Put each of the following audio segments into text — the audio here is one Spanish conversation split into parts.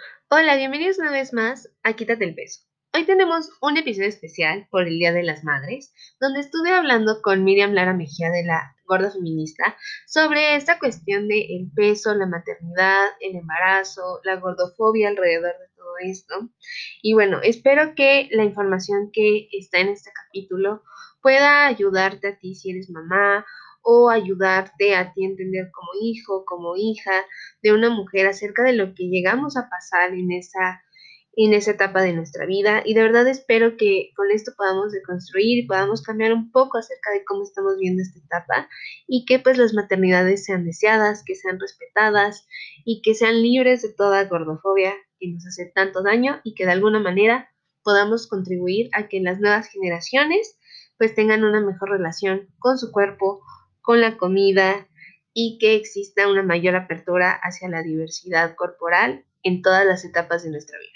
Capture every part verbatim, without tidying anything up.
Hola, bienvenidos una vez más a Quítate el Peso. Hoy tenemos un episodio especial por el Día de las Madres, donde estuve hablando con Miriam Lara Mejía de la Gorda Feminista sobre esta cuestión de el peso, la maternidad, el embarazo, la gordofobia alrededor de todo esto. Y bueno, espero que la información que está en este capítulo pueda ayudarte a ti si eres mamá o ayudarte a ti a entender como hijo, como hija de una mujer acerca de lo que llegamos a pasar en esa, en esa etapa de nuestra vida. Y de verdad espero que con esto podamos deconstruir y podamos cambiar un poco acerca de cómo estamos viendo esta etapa y que pues las maternidades sean deseadas, que sean respetadas y que sean libres de toda gordofobia que nos hace tanto daño y que de alguna manera podamos contribuir a que las nuevas generaciones pues tengan una mejor relación con su cuerpo, con la comida y que exista una mayor apertura hacia la diversidad corporal en todas las etapas de nuestra vida.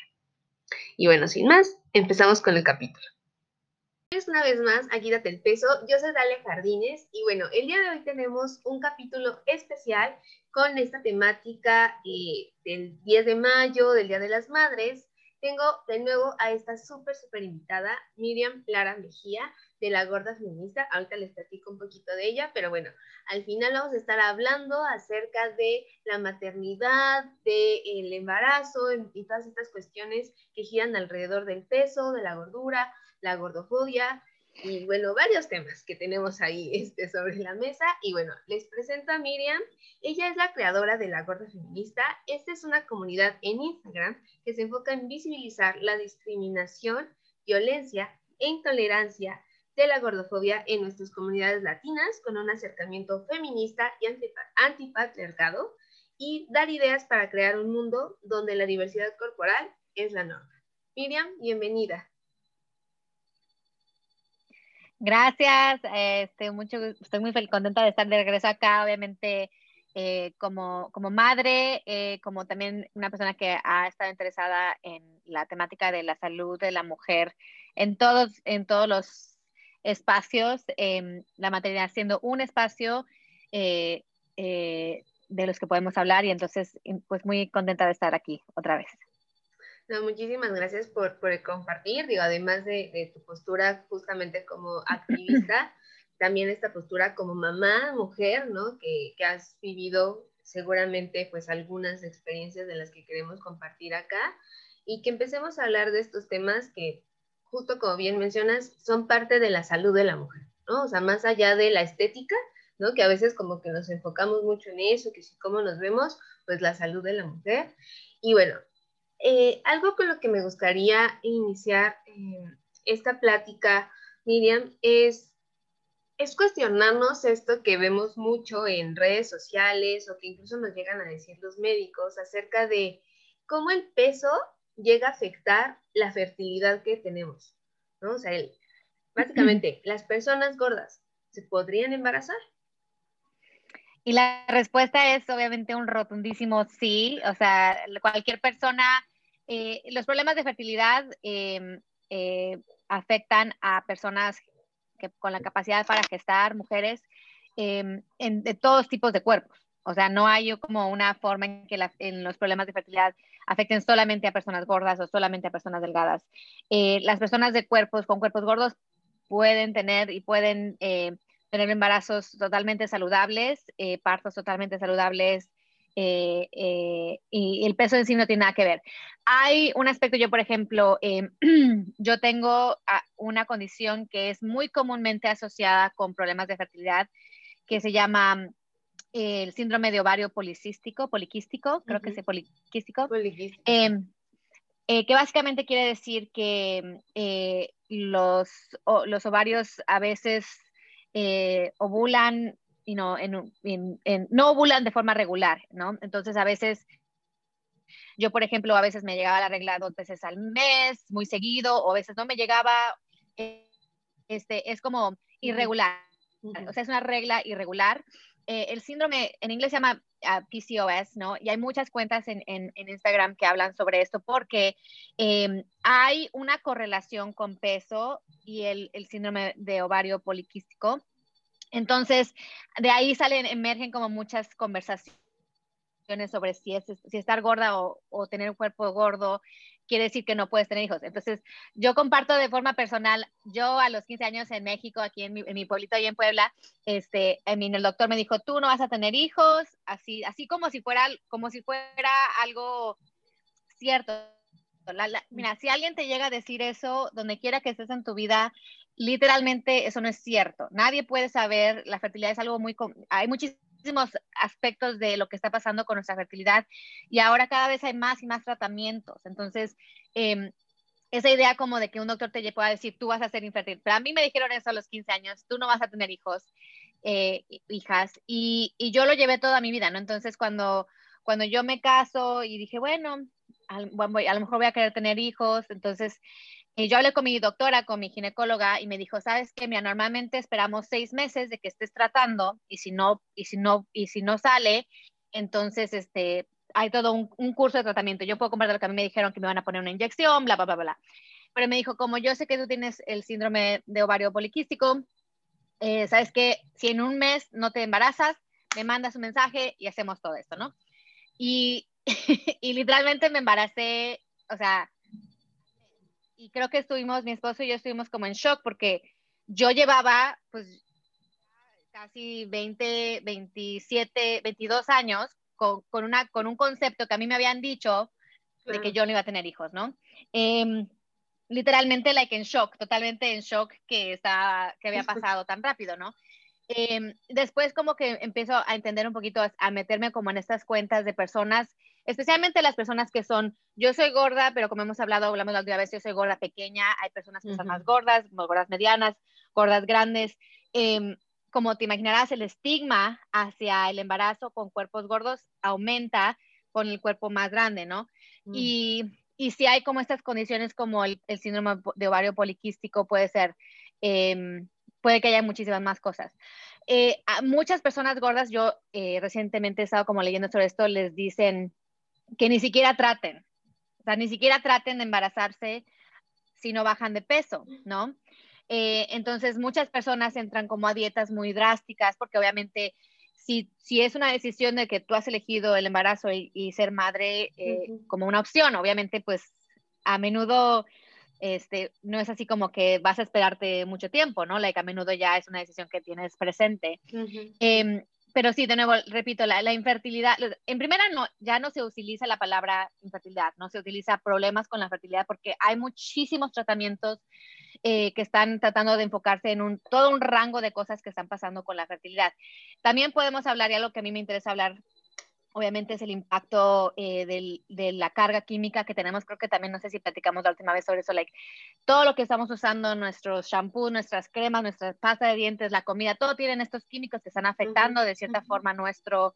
Y bueno, sin más, empezamos con el capítulo. Una vez más, aquí date el peso. Yo soy Dalia Jardines y bueno, el día de hoy tenemos un capítulo especial con esta temática eh, del diez de mayo, del Día de las Madres. Tengo de nuevo a esta súper, súper invitada, Miriam Lara Mejía, de La Gorda Feminista. Ahorita les platico un poquito de ella, pero bueno, al final vamos a estar hablando acerca de la maternidad, del embarazo y todas estas cuestiones que giran alrededor del peso, de la gordura, la gordofobia y bueno, varios temas que tenemos ahí este, sobre la mesa. Y bueno, les presento a Miriam. Ella es la creadora de La Gorda Feminista. Esta es una comunidad en Instagram que se enfoca en visibilizar la discriminación, violencia e intolerancia de la gordofobia en nuestras comunidades latinas con un acercamiento feminista y antipatriarcado y dar ideas para crear un mundo donde la diversidad corporal es la norma. Miriam, bienvenida. Gracias, este, mucho, estoy muy contenta de estar de regreso acá, obviamente eh, como, como madre, eh, como también una persona que ha estado interesada en la temática de la salud de la mujer en todos, en todos los espacios, eh, la maternidad siendo un espacio eh, eh, de los que podemos hablar y entonces pues muy contenta de estar aquí otra vez. No, muchísimas gracias por, por compartir, digo, además de, de tu postura justamente como activista, también esta postura como mamá, mujer, ¿no? Que, que has vivido seguramente pues algunas experiencias de las que queremos compartir acá y que empecemos a hablar de estos temas que justo como bien mencionas, son parte de la salud de la mujer, ¿no? O sea, más allá de la estética, ¿no? Que a veces como que nos enfocamos mucho en eso, que si cómo nos vemos, pues la salud de la mujer. Y bueno, eh, algo con lo que me gustaría iniciar eh, esta plática, Miriam, es, es cuestionarnos esto que vemos mucho en redes sociales o que incluso nos llegan a decir los médicos acerca de cómo el peso llega a afectar la fertilidad que tenemos, ¿no? O sea, el, básicamente, las personas gordas se podrían embarazar. Y la respuesta es obviamente un rotundísimo sí. O sea, cualquier persona, eh, los problemas de fertilidad eh, eh, afectan a personas que, con la capacidad para gestar, mujeres, eh, en, de todos tipos de cuerpos. O sea, no hay como una forma en que la, en los problemas de fertilidad afecten solamente a personas gordas o solamente a personas delgadas. Eh, las personas de cuerpos con cuerpos gordos pueden tener y pueden eh, tener embarazos totalmente saludables, eh, partos totalmente saludables, eh, eh, y el peso en sí no tiene nada que ver. Hay un aspecto, yo por ejemplo, eh, yo tengo una condición que es muy comúnmente asociada con problemas de fertilidad, que se llama eh, el síndrome de ovario policístico, poliquístico, creo uh-huh. que es poliquístico, poliquístico. Eh, eh, que básicamente quiere decir que eh, los, o, los ovarios a veces eh, ovulan, you know, en, en, en, no ovulan de forma regular, ¿no? Entonces a veces, yo por ejemplo, a veces me llegaba la regla dos veces al mes, muy seguido, o a veces no me llegaba, eh, este, es como irregular, uh-huh. O sea, es una regla irregular. Eh, el síndrome, en inglés se llama uh, P C O S, ¿no? Y hay muchas cuentas en, en, en Instagram que hablan sobre esto porque eh, hay una correlación con peso y el, el síndrome de ovario poliquístico. Entonces, de ahí salen, emergen como muchas conversaciones sobre si, es, si estar gorda o, o tener un cuerpo gordo quiere decir que no puedes tener hijos. Entonces, yo comparto de forma personal, yo a los quince años en México, aquí en mi, en mi pueblito, allá en Puebla, este, en el doctor me dijo, tú no vas a tener hijos, así, así como si fuera, como si fuera algo cierto. La, la, mira, si alguien te llega a decir eso, donde quiera que estés en tu vida, literalmente eso no es cierto. Nadie puede saber, la fertilidad es algo muy, hay muchísimos aspectos de lo que está pasando con nuestra fertilidad y ahora cada vez hay más y más tratamientos. Entonces, eh, esa idea como de que un doctor te pueda decir, tú vas a ser infértil, pero a mí me dijeron eso a los quince años, tú no vas a tener hijos, eh, hijas, y, y yo lo llevé toda mi vida, ¿no? Entonces, cuando, cuando yo me caso y dije, bueno, a, a lo mejor voy a querer tener hijos, entonces eh, yo hablé con mi doctora, con mi ginecóloga, y me dijo, ¿sabes qué? Mira, normalmente esperamos seis meses de que estés tratando, y si no, y si no, y si no sale, entonces, este, hay todo un, un curso de tratamiento. Yo puedo compartir lo que a mí me dijeron que me van a poner una inyección, bla, bla, bla, bla. Pero me dijo, como yo sé que tú tienes el síndrome de ovario poliquístico, eh, sabes que si en un mes no te embarazas, me mandas un mensaje y hacemos todo esto, ¿no? Y, y literalmente me embaracé, o sea, y creo que estuvimos, mi esposo y yo estuvimos como en shock porque yo llevaba pues casi veinte, veintisiete, veintidós años con, con, una, con un concepto que a mí me habían dicho de que yo no iba a tener hijos, ¿no? Eh, literalmente, like en shock, totalmente en shock que, estaba, que había pasado tan rápido, ¿no? Eh, después como que empiezo a entender un poquito, a, a meterme como en estas cuentas de personas, especialmente las personas que son, yo soy gorda, pero como hemos hablado, hablamos la última vez, yo soy gorda pequeña, hay personas que uh-huh. son más gordas, más gordas medianas, gordas grandes, eh, como te imaginarás, el estigma hacia el embarazo con cuerpos gordos aumenta con el cuerpo más grande, ¿no? Uh-huh. Y, y si hay como estas condiciones como el, el síndrome de ovario poliquístico, puede ser... Eh, puede que haya muchísimas más cosas. Eh, a muchas personas gordas, yo eh, recientemente he estado como leyendo sobre esto, les dicen que ni siquiera traten, o sea, ni siquiera traten de embarazarse si no bajan de peso, ¿no? Eh, entonces, muchas personas entran como a dietas muy drásticas porque obviamente si, si es una decisión de que tú has elegido el embarazo y, y ser madre eh, uh-huh. como una opción, obviamente, pues a menudo... Este, no es así como que vas a esperarte mucho tiempo, ¿no? Like, a menudo ya es una decisión que tienes presente. Uh-huh. Eh, pero sí, de nuevo, repito, la, la infertilidad, en primera no, ya no se utiliza la palabra infertilidad, no se utiliza problemas con la fertilidad porque hay muchísimos tratamientos eh, que están tratando de enfocarse en un, todo un rango de cosas que están pasando con la fertilidad. También podemos hablar, y algo que a mí me interesa hablar, obviamente es el impacto eh, del, de la carga química que tenemos. Creo que también, no sé si platicamos la última vez sobre eso, like, todo lo que estamos usando, nuestros shampoos, nuestras cremas, nuestra pasta de dientes, la comida, todo tienen estos químicos que están afectando uh-huh. de cierta uh-huh. forma nuestro,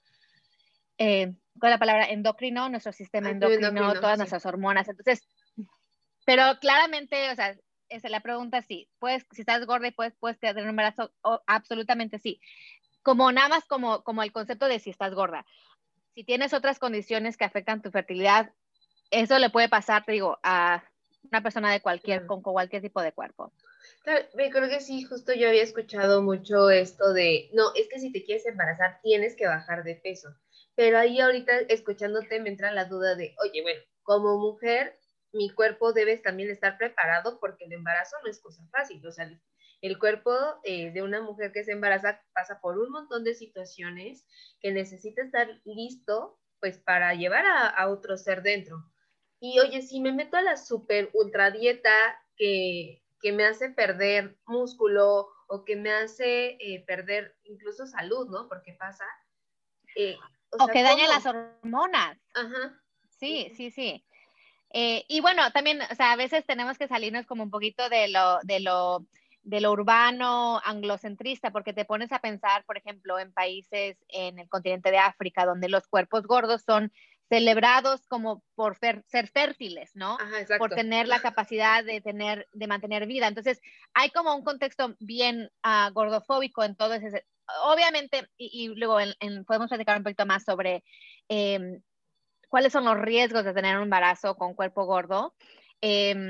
eh, ¿cuál es la palabra? Endocrino, nuestro sistema Ay, endocrino, endocrino, todas sí. nuestras hormonas. Entonces, pero claramente, o sea, esa es la pregunta, sí, puedes, si estás gorda y puedes, puedes tener un embarazo, oh, absolutamente sí. Como nada más como, como el concepto de si estás gorda. Si tienes otras condiciones que afectan tu fertilidad, eso le puede pasar, te digo, a una persona de cualquier, claro. con cualquier tipo de cuerpo. Claro, creo que sí, justo yo había escuchado mucho esto de, no, es que si te quieres embarazar tienes que bajar de peso. Pero ahí ahorita escuchándote me entra la duda de, oye, bueno, como mujer, mi cuerpo debe también estar preparado porque el embarazo no es cosa fácil. O sea, el cuerpo eh, de una mujer que se embaraza pasa por un montón de situaciones que necesita estar listo, pues, para llevar a, a otro ser dentro. Y oye, si me meto a la super ultra dieta que, que me hace perder músculo o que me hace eh, perder incluso salud, ¿no? Porque pasa. Eh, o, o sea, que daña las hormonas. Ajá. Sí, uh-huh. sí, sí. Eh, y bueno, también, o sea, a veces tenemos que salirnos como un poquito de lo, de lo, de lo urbano anglocentrista, porque te pones a pensar, por ejemplo, en países en el continente de África, donde los cuerpos gordos son celebrados como por fer, ser fértiles, ¿no? Ajá, por tener la capacidad de tener, de mantener vida. Entonces, hay como un contexto bien uh, gordofóbico en todo ese, obviamente, y, y luego en, en, podemos platicar un poquito más sobre eh, cuáles son los riesgos de tener un embarazo con cuerpo gordo. Eh,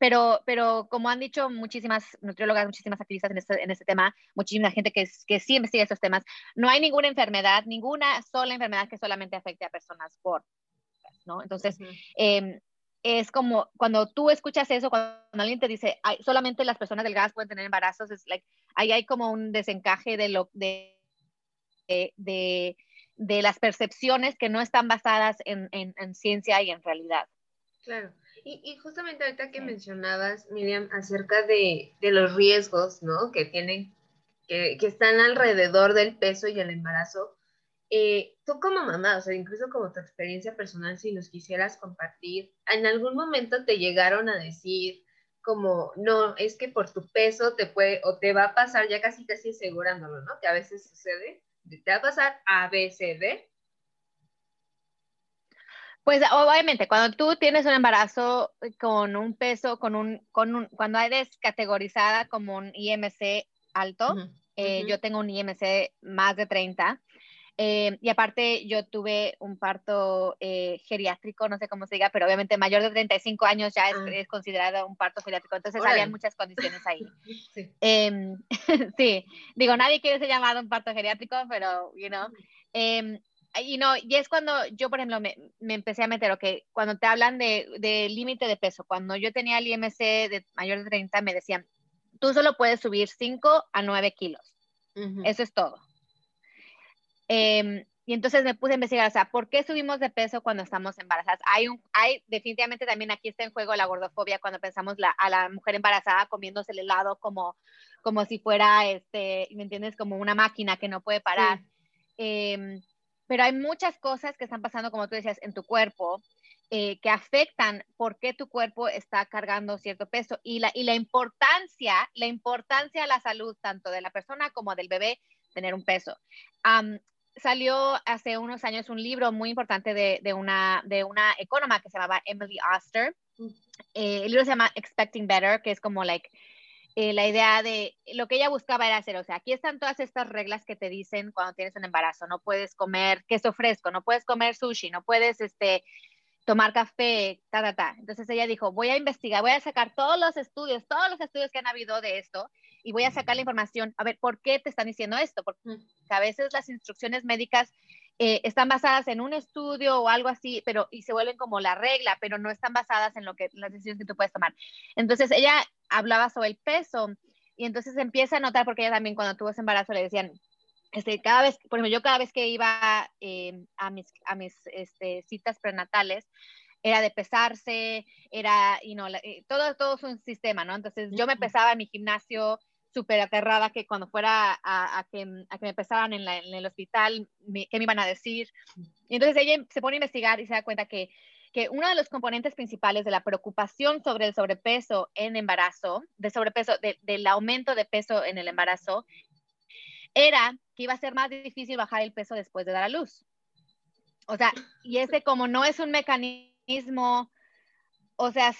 pero, pero como han dicho muchísimas nutriólogas, muchísimas activistas en este, en este tema, muchísima gente que, que sí investiga estos temas, no hay ninguna enfermedad, ninguna sola enfermedad que solamente afecte a personas gordas, ¿no? Entonces, uh-huh. eh, es como cuando tú escuchas eso, cuando alguien te dice, ay, solamente las personas delgadas pueden tener embarazos, es like, ahí hay como un desencaje de, lo, de, de, de, de las percepciones que no están basadas en, en, en ciencia y en realidad. Claro. Y, y justamente ahorita que sí. mencionabas, Miriam, acerca de, de los riesgos, ¿no? Que tienen, que, que están alrededor del peso y el embarazo. Eh, tú como mamá, o sea, incluso como tu experiencia personal, si nos quisieras compartir, ¿en algún momento te llegaron a decir como, no, es que por tu peso te puede, o te va a pasar, ya casi casi asegurándolo, ¿no? Que a veces sucede, te va a pasar A, B, C, D? Pues obviamente, cuando tú tienes un embarazo con un peso, con un, con un, cuando eres categorizada como un I M C alto, uh-huh. Eh, uh-huh. Yo tengo un I M C más de treinta, eh, y aparte yo tuve un parto eh, geriátrico, no sé cómo se diga, pero obviamente mayor de treinta y cinco años ya es, uh-huh. es considerado un parto geriátrico, entonces había muchas condiciones ahí. Sí. Eh, sí, digo, nadie quiere ser llamado un parto geriátrico, pero, you know, eh, y no, y es cuando yo, por ejemplo, me, me empecé a meter, ok, cuando te hablan de, de límite de peso, cuando yo tenía el I M C de mayor de treinta, me decían, tú solo puedes subir cinco a nueve kilos. Uh-huh. Eso es todo. Eh, y entonces me puse a investigar, o sea, ¿por qué subimos de peso cuando estamos embarazadas? Hay, un, hay definitivamente también aquí está en juego la gordofobia cuando pensamos la, a la mujer embarazada comiéndose el helado como, como si fuera, este, ¿me entiendes? Como una máquina que no puede parar. Sí. Eh, pero hay muchas cosas que están pasando, como tú decías, en tu cuerpo, eh, que afectan por qué tu cuerpo está cargando cierto peso y la, y la importancia, la importancia a la salud tanto de la persona como del bebé, tener un peso. Um, salió hace unos años un libro muy importante de, de, una, de una ecónoma que se llamaba Emily Oster. Eh, el libro se llama Expecting Better, que es como like, eh, la idea de lo que ella buscaba era hacer, o sea, aquí están todas estas reglas que te dicen cuando tienes un embarazo, no puedes comer queso fresco, no puedes comer sushi, no puedes este, tomar café, ta, ta, ta. Entonces ella dijo, voy a investigar, voy a sacar todos los estudios, todos los estudios que han habido de esto y voy a sacar la información, a ver, ¿por qué te están diciendo esto? Porque a veces las instrucciones médicas eh, están basadas en un estudio o algo así, pero y se vuelven como la regla, pero no están basadas en lo que las decisiones que tú puedes tomar. Entonces ella hablaba sobre el peso y entonces empieza a notar, porque ella también cuando tuvo ese embarazo le decían, este, cada vez, por ejemplo, yo cada vez que iba eh, a mis, a mis este, citas prenatales, era de pesarse, era, you know, todo, todo es un sistema, ¿no? Entonces yo me pesaba en mi gimnasio súper aterrada que cuando fuera a, a, que, a que me pesaran en, la, en el hospital, me, ¿qué me iban a decir? Y entonces ella se pone a investigar y se da cuenta que, que uno de los componentes principales de la preocupación sobre el sobrepeso en embarazo, de sobrepeso, de, del aumento de peso en el embarazo, era que iba a ser más difícil bajar el peso después de dar a luz. O sea, y ese como no es un mecanismo, o sea,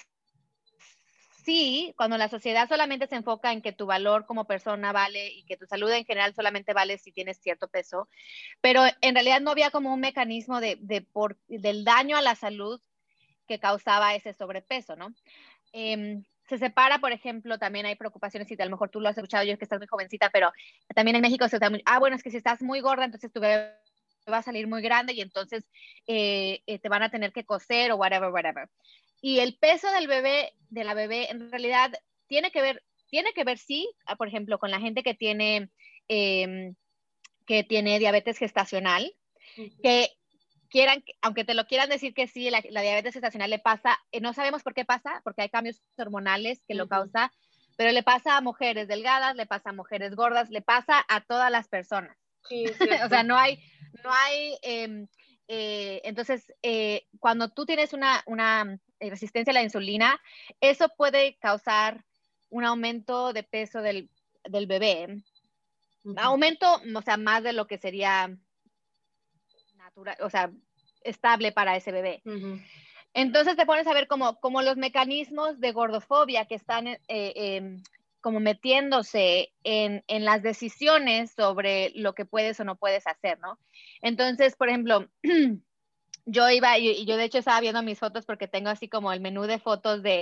sí, cuando la sociedad solamente se enfoca en que tu valor como persona vale y que tu salud en general solamente vale si tienes cierto peso, pero en realidad no había como un mecanismo de, de por, del daño a la salud que causaba ese sobrepeso, ¿no? Eh, se separa, por ejemplo, también hay preocupaciones, y a lo mejor tú lo has escuchado, yo es que estás muy jovencita, pero también en México se está muy, ah, bueno, es que si estás muy gorda, entonces tu bebé va a salir muy grande y entonces eh, eh, te van a tener que coser o whatever, whatever. Y el peso del bebé, de la bebé, en realidad tiene que ver, tiene que ver, sí, por ejemplo, con la gente que tiene, eh, que tiene diabetes gestacional, que quieran, aunque te lo quieran decir que sí, la, la diabetes gestacional le pasa, eh, no sabemos por qué pasa, porque hay cambios hormonales que uh-huh. lo causa, pero le pasa a mujeres delgadas, le pasa a mujeres gordas, le pasa a todas las personas. Sí, o sea, no hay, no hay, eh, eh, entonces, eh, cuando tú tienes una, una resistencia a la insulina, eso puede causar un aumento de peso del, del bebé. Uh-huh. Aumento, o sea, más de lo que sería natural, o sea, estable para ese bebé. Uh-huh. Entonces te pones a ver como, como los mecanismos de gordofobia que están eh, eh, como metiéndose en, en las decisiones sobre lo que puedes o no puedes hacer, ¿no? Entonces, por ejemplo, yo iba, y yo de hecho estaba viendo mis fotos porque tengo así como el menú de fotos de,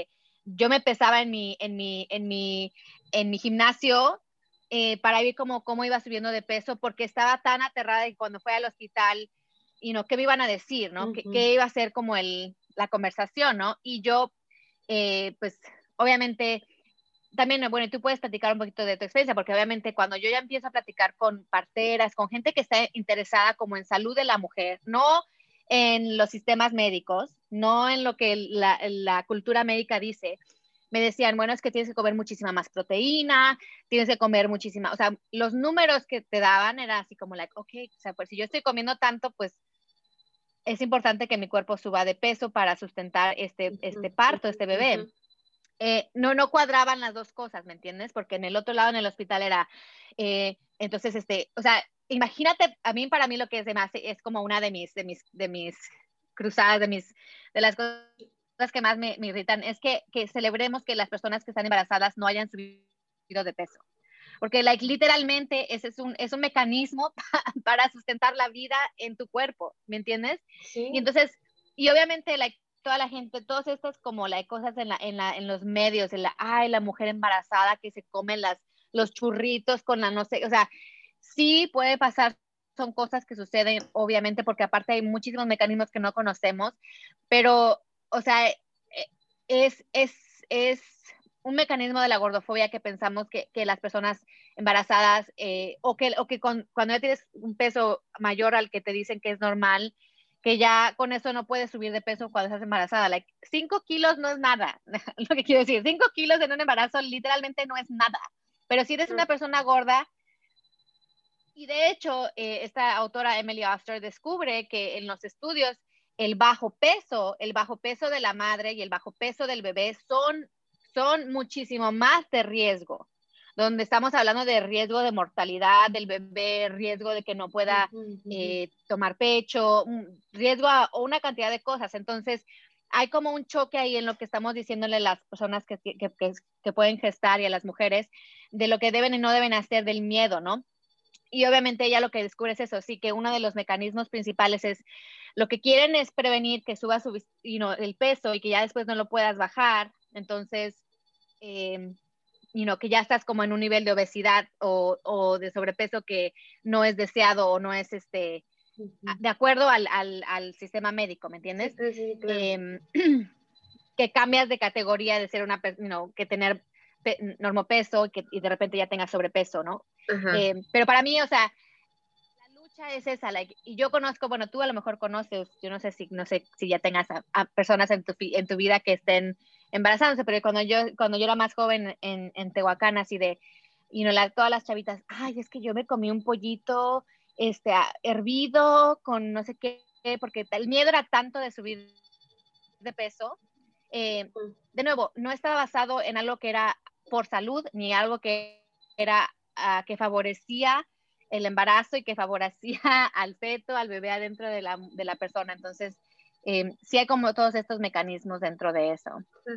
yo me pesaba en mi, en mi, en mi, en mi gimnasio eh, para ver cómo, cómo iba subiendo de peso, porque estaba tan aterrada y cuando fue al hospital, y no, ¿qué me iban a decir, no? Uh-huh. ¿Qué, ¿Qué iba a ser como el, la conversación, no? Y yo, eh, pues, obviamente, también, bueno, tú puedes platicar un poquito de tu experiencia, porque obviamente cuando yo ya empiezo a platicar con parteras, con gente que está interesada como en salud de la mujer, no en los sistemas médicos, no en lo que la, la cultura médica dice, me decían, bueno, es que tienes que comer muchísima más proteína, tienes que comer muchísima, o sea, los números que te daban era así como, like, ok, o sea, pues si yo estoy comiendo tanto, pues es importante que mi cuerpo suba de peso para sustentar este, este parto, este bebé. Uh-huh. Eh, no, no cuadraban las dos cosas, ¿me entiendes? Porque en el otro lado, en el hospital era, eh, entonces, este, o sea, imagínate, a mí, para mí lo que se me hace es como una de mis, de mis, de mis cruzadas, de mis, de las cosas que más me, me irritan, es que, que celebremos que las personas que están embarazadas no hayan subido de peso. Porque, like, literalmente, ese es un, es un mecanismo para sustentar la vida en tu cuerpo, ¿me entiendes? Sí. Y entonces, y obviamente, like, toda la gente, todas estas como like, cosas en, la, en, la, en los medios, en la, ay, la mujer embarazada que se come las, los churritos con la no sé, o sea, sí puede pasar, son cosas que suceden, obviamente, porque aparte hay muchísimos mecanismos que no conocemos, pero, o sea, es, es, es un mecanismo de la gordofobia que pensamos que, que las personas embarazadas eh, o que, o que con, cuando ya tienes un peso mayor al que te dicen que es normal, que ya con eso no puedes subir de peso cuando estás embarazada. Like, cinco kilos no es nada, lo que quiero decir. Cinco kilos en un embarazo literalmente no es nada. Pero si eres una persona gorda, y de hecho, eh, esta autora Emily Oster descubre que en los estudios el bajo peso, el bajo peso de la madre y el bajo peso del bebé son, son muchísimo más de riesgo, donde estamos hablando de riesgo de mortalidad del bebé, riesgo de que no pueda eh, tomar pecho, riesgo a una cantidad de cosas. Entonces, hay como un choque ahí en lo que estamos diciéndole a las personas que, que, que, que pueden gestar y a las mujeres de lo que deben y no deben hacer, del miedo, ¿no? Y obviamente ella lo que descubre es eso, sí, que uno de los mecanismos principales es, lo que quieren es prevenir que suba su, you know, el peso y que ya después no lo puedas bajar. Entonces, eh, you know, que ya estás como en un nivel de obesidad o, o de sobrepeso que no es deseado o no es este, uh-huh. de acuerdo al, al, al sistema médico, ¿me entiendes? Sí, sí, claro. eh, que cambias de categoría de ser una, you know, que tener normopeso y que y de repente ya tengas sobrepeso, ¿no? Uh-huh. Eh, pero para mí, o sea, la lucha es esa, like, y yo conozco, bueno, tú a lo mejor conoces, yo no sé si, no sé si ya tengas a, a personas en tu, en tu vida que estén embarazándose, pero cuando yo, cuando yo era más joven en, en Tehuacán, así de, y you know, la, todas las chavitas, ay, es que yo me comí un pollito este, hervido con no sé qué, porque el miedo era tanto de subir de peso. Eh, de nuevo, no estaba basado en algo que era por salud, ni algo que era uh, que favorecía el embarazo y que favorecía al feto, al bebé adentro de la, de la persona. Entonces, eh, sí hay como todos estos mecanismos dentro de eso.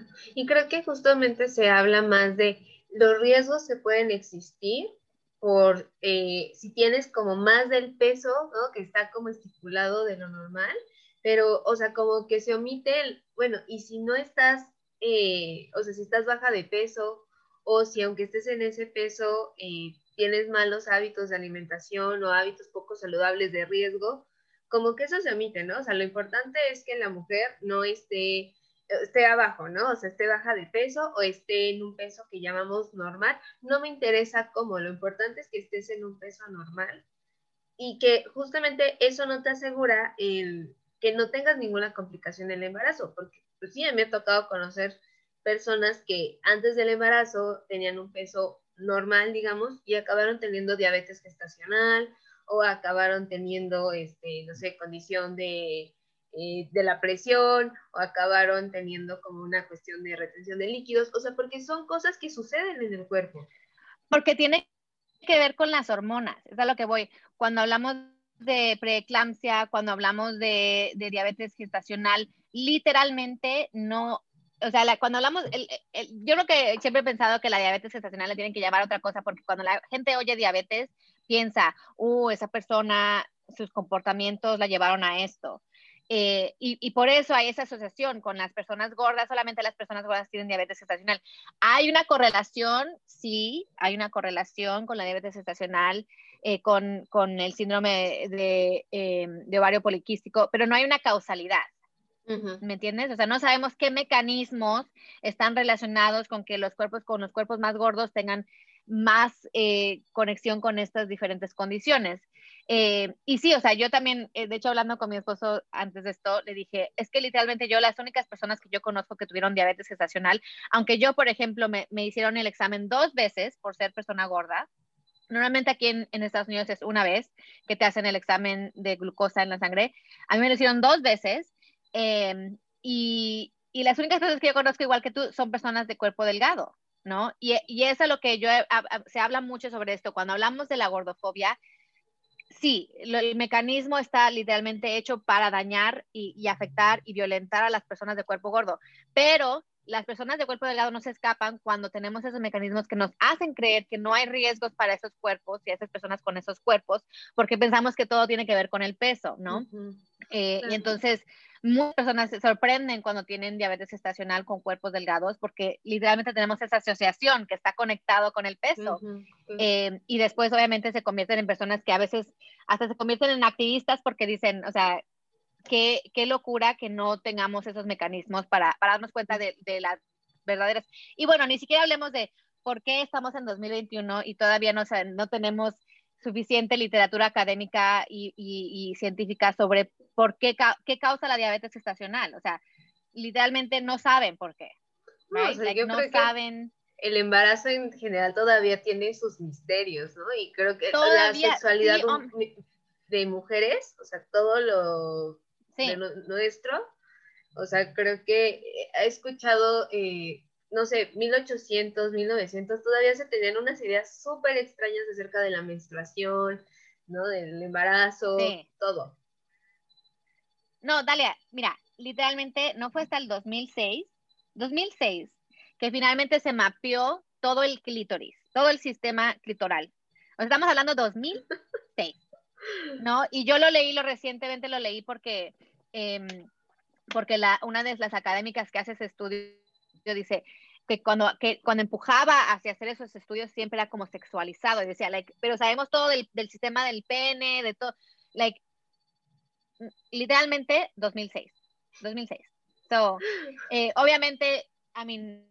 Y creo que justamente se habla más de los riesgos que pueden existir por eh, si tienes como más del peso, ¿no? Que está como estipulado de lo normal, pero, o sea, como que se omite el, bueno, y si no estás, eh, o sea, si estás baja de peso, o si aunque estés en ese peso, eh, tienes malos hábitos de alimentación o hábitos poco saludables de riesgo, como que eso se omite, ¿no? O sea, lo importante es que la mujer no esté, esté abajo, ¿no? O sea, esté baja de peso o esté en un peso que llamamos normal. No me interesa cómo, lo importante es que estés en un peso normal y que justamente eso no te asegura el que no tengas ninguna complicación en el embarazo, porque pues sí, me ha tocado conocer personas que antes del embarazo tenían un peso normal, digamos, y acabaron teniendo diabetes gestacional o acabaron teniendo, este, no sé, condición de, eh, de la presión o acabaron teniendo como una cuestión de retención de líquidos, o sea, porque son cosas que suceden en el cuerpo. Porque tiene que ver con las hormonas, es a lo que voy. Cuando hablamos de preeclampsia, cuando hablamos de, de diabetes gestacional, literalmente no, o sea, la, cuando hablamos, el, el, yo creo que siempre he pensado que la diabetes gestacional le tienen que llamar a otra cosa, porque cuando la gente oye diabetes, piensa, uh, esa persona, sus comportamientos la llevaron a esto. Eh, y, y por eso hay esa asociación con las personas gordas, solamente las personas gordas tienen diabetes gestacional. ¿Hay una correlación? Sí, hay una correlación con la diabetes gestacional, eh, con, con el síndrome de, eh, de ovario poliquístico, pero no hay una causalidad. Ujú. ¿Me entiendes? O sea, no sabemos qué mecanismos están relacionados con que los cuerpos con los cuerpos más gordos tengan más eh, conexión con estas diferentes condiciones. Eh, y sí, o sea, yo también, eh, de hecho, hablando con mi esposo antes de esto, le dije, es que literalmente yo, las únicas personas que yo conozco que tuvieron diabetes gestacional, aunque yo, por ejemplo, me, me hicieron el examen dos veces por ser persona gorda. Normalmente aquí en, en Estados Unidos es una vez que te hacen el examen de glucosa en la sangre. A mí me lo hicieron dos veces. Eh, y, y, las únicas personas que yo conozco igual que tú son personas de cuerpo delgado, ¿no? Y, y eso es lo que yo, a, a, se habla mucho sobre esto. Cuando hablamos de la gordofobia, sí, lo, el mecanismo está literalmente hecho para dañar y, y afectar y violentar a las personas de cuerpo gordo, pero las personas de cuerpo delgado no se escapan cuando tenemos esos mecanismos que nos hacen creer que no hay riesgos para esos cuerpos y a esas personas con esos cuerpos, porque pensamos que todo tiene que ver con el peso, ¿no? Ujú. Eh, Claro. y entonces muchas personas se sorprenden cuando tienen diabetes gestacional con cuerpos delgados porque literalmente tenemos esa asociación que está conectado con el peso. Ujú, claro. Eh, y después obviamente se convierten en personas que a veces hasta se convierten en activistas porque dicen, o sea, qué, qué locura que no tengamos esos mecanismos para, para darnos cuenta de, de las verdaderas. Y bueno, ni siquiera hablemos de por qué estamos en dos mil veintiuno y todavía no, no tenemos suficiente literatura académica y, y, y científica sobre por qué, qué causa la diabetes gestacional. O sea, literalmente no saben por qué. No, o Right? sea, Like, yo no creo que saben. el embarazo en general todavía tiene sus misterios, ¿no? Y creo que la Todavía, sexualidad sí, um, de mujeres, o sea, todo lo de sí. nuestro, o sea, creo que he escuchado, eh, no sé, mil ochocientos, mil novecientos, todavía se tenían unas ideas súper extrañas acerca de la menstruación, ¿no? Del embarazo, Sí. todo. No, Dalia, mira, literalmente no fue hasta el dos mil seis, dos mil seis, que finalmente se mapeó todo el clítoris, todo el sistema clitoral. O sea, estamos hablando de dos mil seis, ¿no? Y yo lo leí, lo recientemente lo leí porque, eh, porque la, una de las académicas que hace ese estudio dice que cuando, que cuando empujaba hacia hacer esos estudios siempre era como sexualizado y decía, like, pero sabemos todo del, del sistema del pene, de todo, like, literalmente dos mil seis. dos mil seis. So, eh, obviamente, I mean,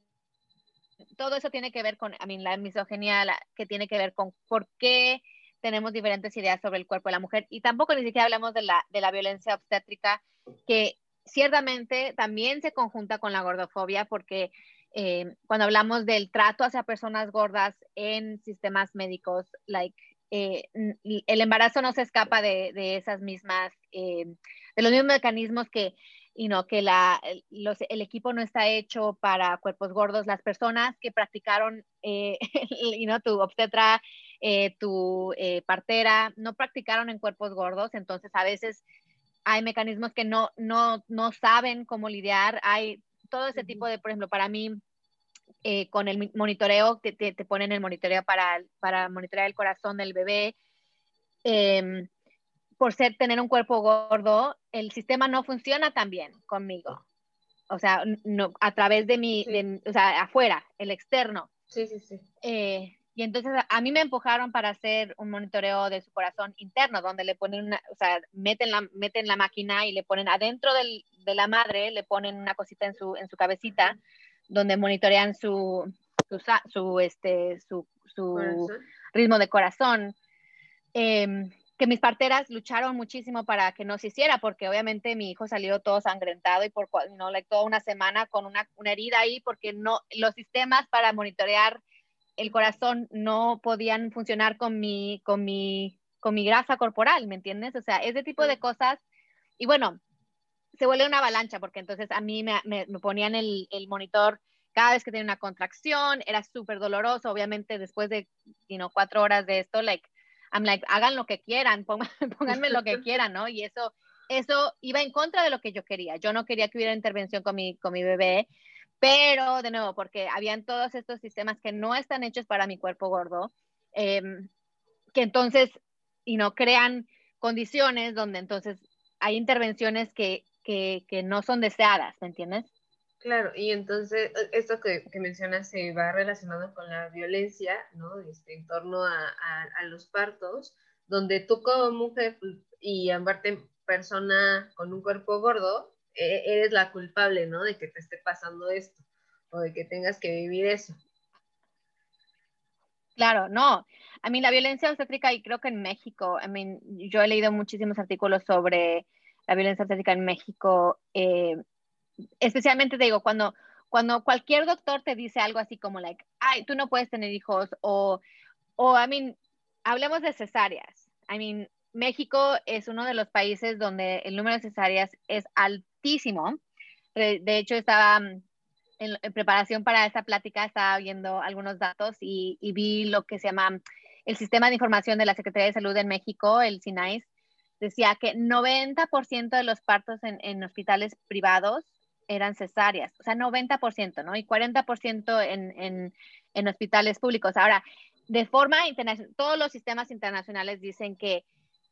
todo eso tiene que ver con, I mean, la misoginia, la, que tiene que ver con por qué tenemos diferentes ideas sobre el cuerpo de la mujer. Y tampoco ni siquiera hablamos de la, de la violencia obstétrica, que ciertamente también se conjunta con la gordofobia, porque eh, cuando hablamos del trato hacia personas gordas en sistemas médicos, like, eh, el embarazo no se escapa de, de esas mismas, eh, de los mismos mecanismos que y no que la, los, el equipo no está hecho para cuerpos gordos. Las personas que practicaron, eh, y no tu obstetra, eh, tu eh, partera, no practicaron en cuerpos gordos, entonces a veces hay mecanismos que no, no, no saben cómo lidiar. Hay todo ese tipo de, por ejemplo, para mí, eh, con el monitoreo, te, te, te, ponen el monitoreo para, para monitorear el corazón del bebé. Eh, por ser tener un cuerpo gordo, el sistema no funciona tan bien conmigo. O sea, no, a través de mi, Sí, de, o sea, afuera, el externo. sí, sí, sí. Eh, y entonces a, a mí me empujaron para hacer un monitoreo de su corazón interno, donde le ponen una, o sea, meten la, meten la máquina y le ponen adentro del, de la madre, le ponen una cosita en su, en su cabecita, donde monitorean su, su, su, este, su, su Corazón. ritmo de corazón. Eh, que mis parteras lucharon muchísimo para que no se hiciera, porque obviamente mi hijo salió todo sangrentado y por no, like, toda una semana con una, una herida ahí, porque no, los sistemas para monitorear el corazón no podían funcionar con mi, con mi, con mi grasa corporal, ¿me entiendes? O sea, ese tipo de cosas. Y bueno, se vuelve una avalancha, porque entonces a mí me, me, me ponían el, el monitor cada vez que tenía una contracción, era súper doloroso, obviamente después de, you know, cuatro horas de esto, like, I'm like, hagan lo que quieran, pónganme lo que quieran, ¿no? Y eso, eso iba en contra de lo que yo quería. Yo no quería que hubiera intervención con mi, con mi bebé, pero de nuevo, porque habían todos estos sistemas que no están hechos para mi cuerpo gordo, eh, que entonces, y no crean condiciones donde entonces hay intervenciones que que, que no son deseadas, ¿me entiendes? Claro, y entonces esto que, que mencionas se va relacionado con la violencia, ¿no? Este, en torno a, a, a los partos, donde tú como mujer y aparte persona con un cuerpo gordo, eh, eres la culpable, ¿no? De que te esté pasando esto o de que tengas que vivir eso. Claro, no. A mí la violencia obstétrica, y creo que en México, I mean, yo he leído muchísimos artículos sobre la violencia obstétrica en México, eh, especialmente te digo, cuando, cuando cualquier doctor te dice algo así como, like, ay, tú no puedes tener hijos, o, o, I mean, hablemos de cesáreas. I mean, México es uno de los países donde el número de cesáreas es altísimo. De hecho, estaba en, en preparación para esta plática, estaba viendo algunos datos y, y vi lo que se llama el Sistema de Información de la Secretaría de Salud en México, el SINAIS, decía que noventa por ciento de los partos en, en hospitales privados eran cesáreas, o sea, noventa por ciento, ¿no? Y cuarenta por ciento en, en, en hospitales públicos. Ahora, de forma internacional, todos los sistemas internacionales dicen que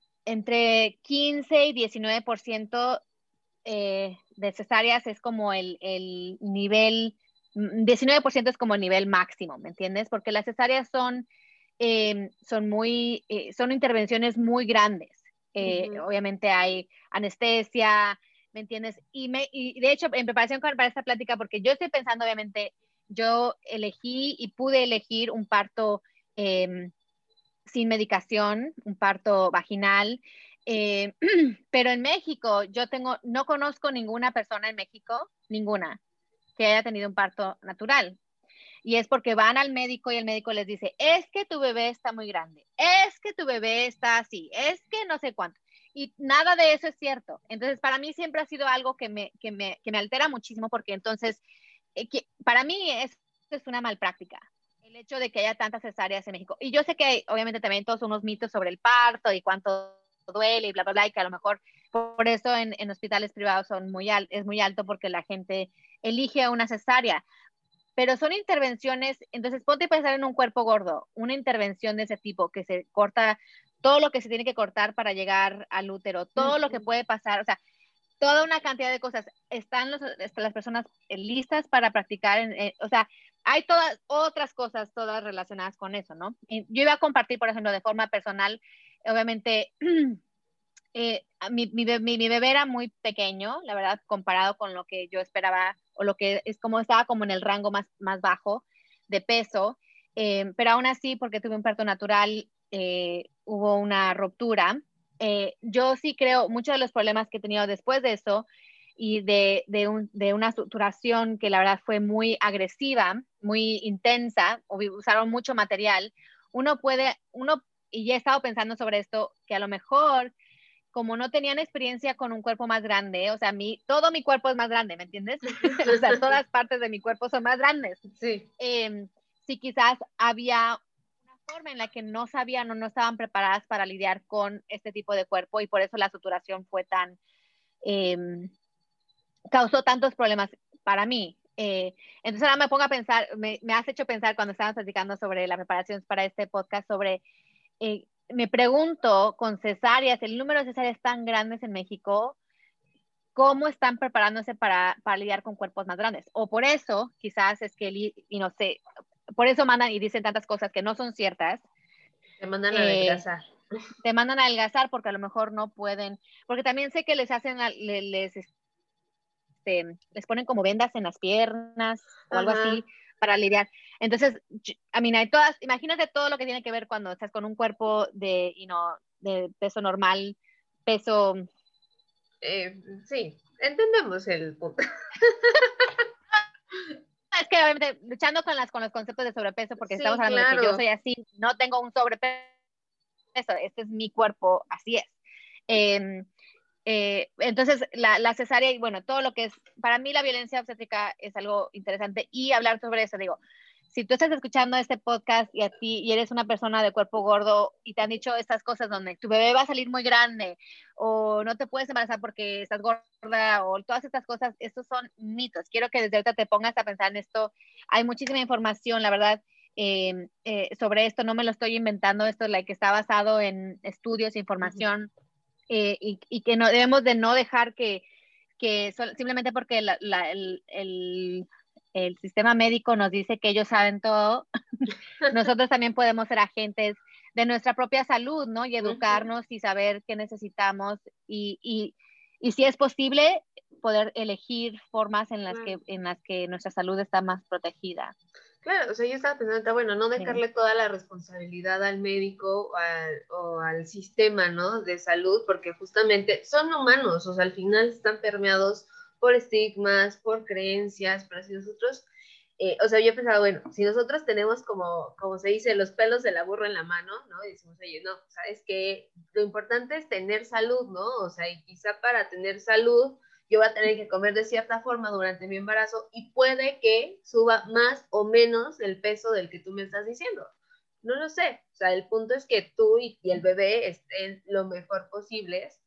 entre quince y diecinueve por ciento eh, de cesáreas es como el, el nivel, diecinueve por ciento es como el nivel máximo, ¿me entiendes? Porque las cesáreas son, eh, son muy, eh, son intervenciones muy grandes. Eh, Uh-huh. Obviamente hay anestesia, ¿me entiendes? Y, me, y de hecho, en preparación para esta plática, porque yo estoy pensando, obviamente, yo elegí y pude elegir un parto eh, sin medicación, un parto vaginal, eh, pero en México yo tengo, no conozco ninguna persona en México, ninguna, que haya tenido un parto natural. Y es porque van al médico y el médico les dice, es que tu bebé está muy grande, es que tu bebé está así, es que no sé cuánto. Y nada de eso es cierto. Entonces, para mí siempre ha sido algo que me, que me, que me altera muchísimo porque entonces, eh, que, para mí es, es una malpráctica el hecho de que haya tantas cesáreas en México. Y yo sé que hay, obviamente también todos unos mitos sobre el parto y cuánto duele y bla, bla, bla, y que a lo mejor por eso en, en hospitales privados son muy al, es muy alto porque la gente elige una cesárea. Pero son intervenciones, entonces ponte a pensar en un cuerpo gordo, una intervención de ese tipo que se corta todo lo que se tiene que cortar para llegar al útero, todo lo que puede pasar, o sea, toda una cantidad de cosas. Están, los, están las personas listas para practicar, en, eh, o sea, hay todas otras cosas, todas relacionadas con eso, ¿no? Y yo iba a compartir, por ejemplo, de forma personal, obviamente, eh, mi, mi, mi, mi, bebé era muy pequeño, la verdad, comparado con lo que yo esperaba, o lo que es como estaba como en el rango más, más bajo de peso, eh, pero aún así, porque tuve un parto natural, eh, hubo una ruptura. Eh, yo sí creo, muchos de los problemas que he tenido después de eso y de, de, un, de una sutura,ción que la verdad fue muy agresiva, muy intensa, usaron mucho material, uno puede, uno, y ya he estado pensando sobre esto, que a lo mejor como no tenían experiencia con un cuerpo más grande, o sea, mi, todo mi cuerpo es más grande, ¿me entiendes? O sea, todas partes de mi cuerpo son más grandes. Sí. Eh, sí, quizás había una forma en la que no sabían o no estaban preparadas para lidiar con este tipo de cuerpo y por eso la suturación fue tan, eh, causó tantos problemas para mí. Eh, entonces ahora me pongo a pensar, me, me has hecho pensar cuando estábamos platicando sobre la preparación para este podcast, sobre eh, me pregunto, con cesáreas, el número de cesáreas tan grandes en México, ¿cómo están preparándose para, para lidiar con cuerpos más grandes? O por eso, quizás es que, y no sé, por eso mandan y dicen tantas cosas que no son ciertas. Te mandan a Eh, adelgazar. te mandan a adelgazar porque a lo mejor no pueden, porque también sé que les hacen, les, les, este, les ponen como vendas en las piernas o algo Ajá. así para lidiar. Entonces, a mí, hay todas, imagínate todo lo que tiene que ver cuando estás con un cuerpo de, you know, de peso normal, peso... Eh, sí, entendemos el punto. Es que obviamente luchando con, las, con los conceptos de sobrepeso, porque estamos Sí, hablando de que yo claro. soy así, no tengo un sobrepeso, este es mi cuerpo, así es. Eh, eh, entonces, la, la cesárea y bueno, todo lo que es, para mí la violencia obstétrica es algo interesante y hablar sobre eso, digo, si tú estás escuchando este podcast y a ti y eres una persona de cuerpo gordo y te han dicho estas cosas donde tu bebé va a salir muy grande o no te puedes embarazar porque estás gorda o todas estas cosas, estos son mitos. Quiero que desde ahorita te pongas a pensar en esto. Hay muchísima información, la verdad, eh, eh, sobre esto. No me lo estoy inventando, esto like, que está basado en estudios, información. Uh-huh. Eh, y, y que no debemos de no dejar que que sol, simplemente porque la, la, el, el, el sistema médico nos dice que ellos saben todo, nosotros también podemos ser agentes de nuestra propia salud, ¿no? Y educarnos uh-huh. y saber qué necesitamos y, y, y si es posible poder elegir formas en las, uh-huh. que, en las que nuestra salud está más protegida. Claro, o sea, yo estaba pensando, bueno, no dejarle sí. toda la responsabilidad al médico o al, o al sistema, ¿no? De salud, porque justamente son humanos, o sea, al final están permeados por estigmas, por creencias, pero si nosotros, eh, o sea, yo pensaba, bueno, si nosotros tenemos como, como se dice, los pelos de la burra en la mano, ¿no? Y decimos, oye, no, ¿sabes qué? Lo importante es tener salud, ¿no? O sea, y quizá para tener salud yo voy a tener que comer de cierta forma durante mi embarazo y puede que suba más o menos el peso del que tú me estás diciendo. No lo sé. O sea, el punto es que tú y, y el bebé estén lo mejor posibles.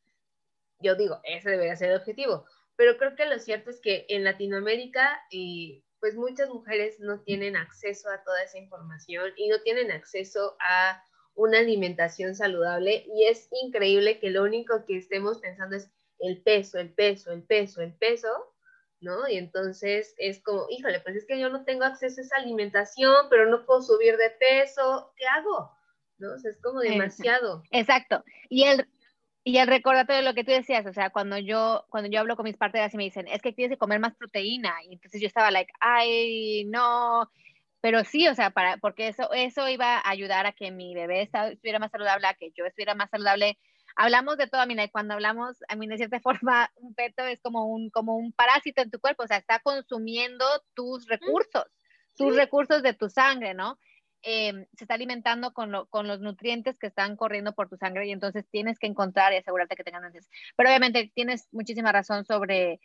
Yo digo, ese debería ser el objetivo. Pero creo que lo cierto es que en Latinoamérica, eh, pues muchas mujeres no tienen acceso a toda esa información y no tienen acceso a una alimentación saludable. Y es increíble que lo único que estemos pensando es el peso, el peso, el peso, el peso, ¿no? Y entonces es como, híjole, pues es que yo no tengo acceso a esa alimentación, pero no puedo subir de peso, ¿qué hago? ¿No? O sea, es como demasiado. Exacto. Y el, y el recordatorio de lo que tú decías, o sea, cuando yo, cuando yo hablo con mis parteras y me dicen, es que tienes que comer más proteína, y entonces yo estaba like, ay, no, pero sí, o sea, para, porque eso, eso iba a ayudar a que mi bebé estuviera más saludable, a que yo estuviera más saludable. Hablamos de todo, a mí, cuando hablamos, a mí de cierta forma, un feto es como un, como un parásito en tu cuerpo, o sea, está consumiendo tus recursos, tus ¿Sí? recursos de tu sangre, ¿no? Eh, se está alimentando con, lo, con los nutrientes que están corriendo por tu sangre y entonces tienes que encontrar y asegurarte que tengan nutrientes. Pero obviamente tienes muchísima razón sobre,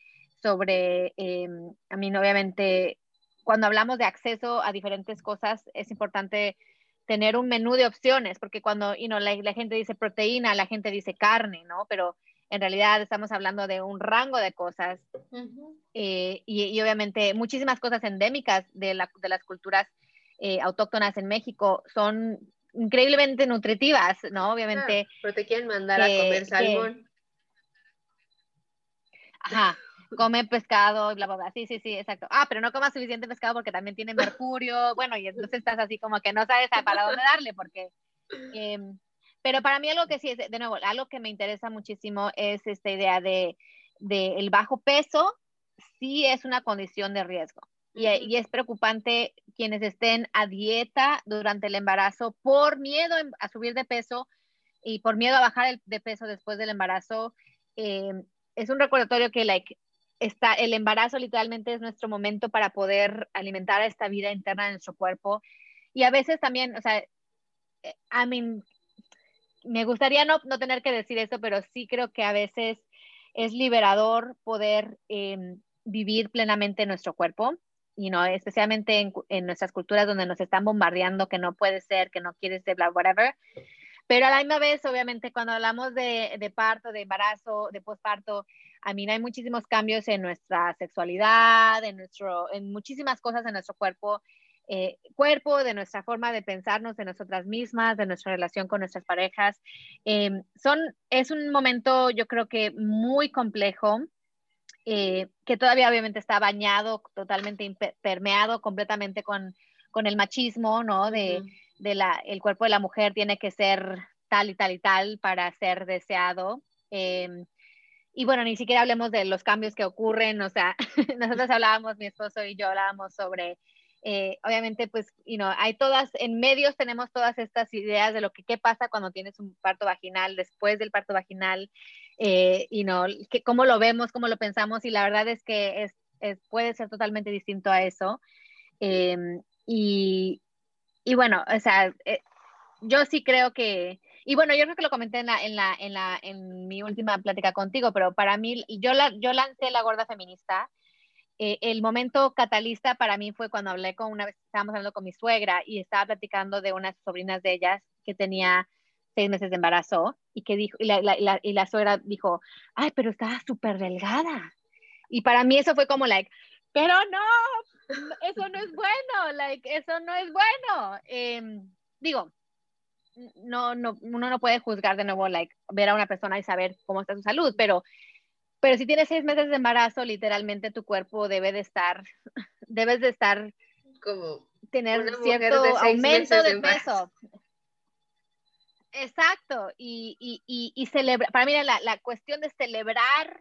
sobre eh, a mí obviamente, cuando hablamos de acceso a diferentes cosas, es importante tener un menú de opciones, porque cuando you know, la, la gente dice proteína, la gente dice carne, ¿no? Pero en realidad estamos hablando de un rango de cosas uh-huh. eh, y, y obviamente muchísimas cosas endémicas de, la, de las culturas eh, autóctonas en México son increíblemente nutritivas, ¿no? Obviamente. Claro, pero te quieren mandar que, a comer salmón. Que, ajá, come pescado y bla, bla, bla. Sí, sí, sí, exacto. Ah, pero no comas suficiente pescado porque también tiene mercurio. Bueno, y entonces estás así como que no sabes para dónde darle porque... Eh, pero para mí algo que sí es, de nuevo, algo que me interesa muchísimo es esta idea de, de el bajo peso, sí es una condición de riesgo. Y, uh-huh. y es preocupante quienes estén a dieta durante el embarazo por miedo a subir de peso y por miedo a bajar el, de peso después del embarazo. Eh, es un recordatorio que like, está, el embarazo literalmente es nuestro momento para poder alimentar a esta vida interna de nuestro cuerpo. Y a veces también, o sea, I mean, me gustaría no, no tener que decir eso, pero sí creo que a veces es liberador poder eh, vivir plenamente en nuestro cuerpo, you know, especialmente en, en nuestras culturas donde nos están bombardeando que no puede ser, que no quieres ser, bla, whatever. Pero a la misma vez, obviamente, cuando hablamos de, de parto, de embarazo, de posparto, a mí hay muchísimos cambios en nuestra sexualidad, en, nuestro, en muchísimas cosas en nuestro cuerpo, eh, cuerpo, de nuestra forma de pensarnos, de nosotras mismas, de nuestra relación con nuestras parejas. Eh, son, es un momento, yo creo que muy complejo, eh, que todavía obviamente está bañado, totalmente permeado completamente con, con el machismo, ¿no? De, uh-huh. de la, el cuerpo de la mujer tiene que ser tal y tal y tal para ser deseado. Eh, y bueno, ni siquiera hablemos de los cambios que ocurren, o sea, nosotros hablábamos, mi esposo y yo hablábamos sobre, eh, obviamente, pues, you know, hay todas, en medios tenemos todas estas ideas de lo que, qué pasa cuando tienes un parto vaginal, después del parto vaginal, eh, you know, que, cómo lo vemos, cómo lo pensamos, y la verdad es que es, es puede ser totalmente distinto a eso. Eh, y, y bueno, o sea, eh, yo sí creo que, y bueno, yo creo que lo comenté en la, en la, en la, en mi última plática contigo, pero para mí, yo la, yo lancé la gorda feminista. Eh, el momento catalista para mí fue cuando hablé con una vez, estábamos hablando con mi suegra y estaba platicando de unas sobrinas de ellas que tenía seis meses de embarazo y que dijo, y la, la, la, y la suegra dijo, ay, pero estaba súper delgada. Y para mí eso fue como like, pero no, eso no es bueno, like, eso no es bueno. Eh, digo, no, no, uno no puede juzgar de nuevo, like, ver a una persona y saber cómo está su salud, pero Pero si tienes seis meses de embarazo, literalmente tu cuerpo debe de estar, debes de estar, como tener una mujer de cierto seis aumento meses de de embarazo. peso. Exacto, y, y, y, y celebra, para mí la, la cuestión de celebrar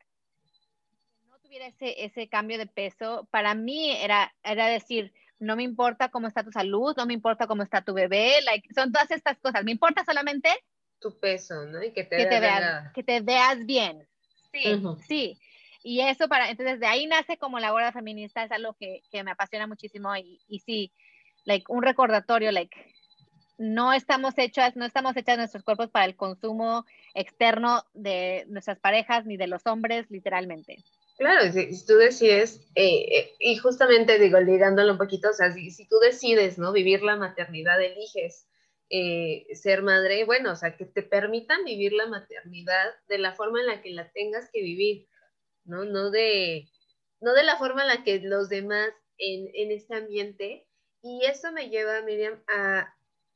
que no tuviera ese, ese cambio de peso, para mí era, era decir, no me importa cómo está tu salud, no me importa cómo está tu bebé, like, son todas estas cosas, me importa solamente Tu peso, ¿no? Y que te que veas te veas, delgada. que te veas bien. Sí, Ujú. sí. Y eso para, entonces de ahí nace como la gorda feminista, es algo que, que me apasiona muchísimo y, y sí, like un recordatorio, like no estamos hechas, no estamos hechas nuestros cuerpos para el consumo externo de nuestras parejas ni de los hombres, literalmente. Claro, si, si tú decides, eh, eh, y justamente digo, ligándolo un poquito, o sea, si, si tú decides, ¿no? Vivir la maternidad, eliges eh, ser madre, bueno, o sea, que te permitan vivir la maternidad de la forma en la que la tengas que vivir, ¿no? No de, no de la forma en la que los demás en, en este ambiente. Y eso me lleva, Miriam, a...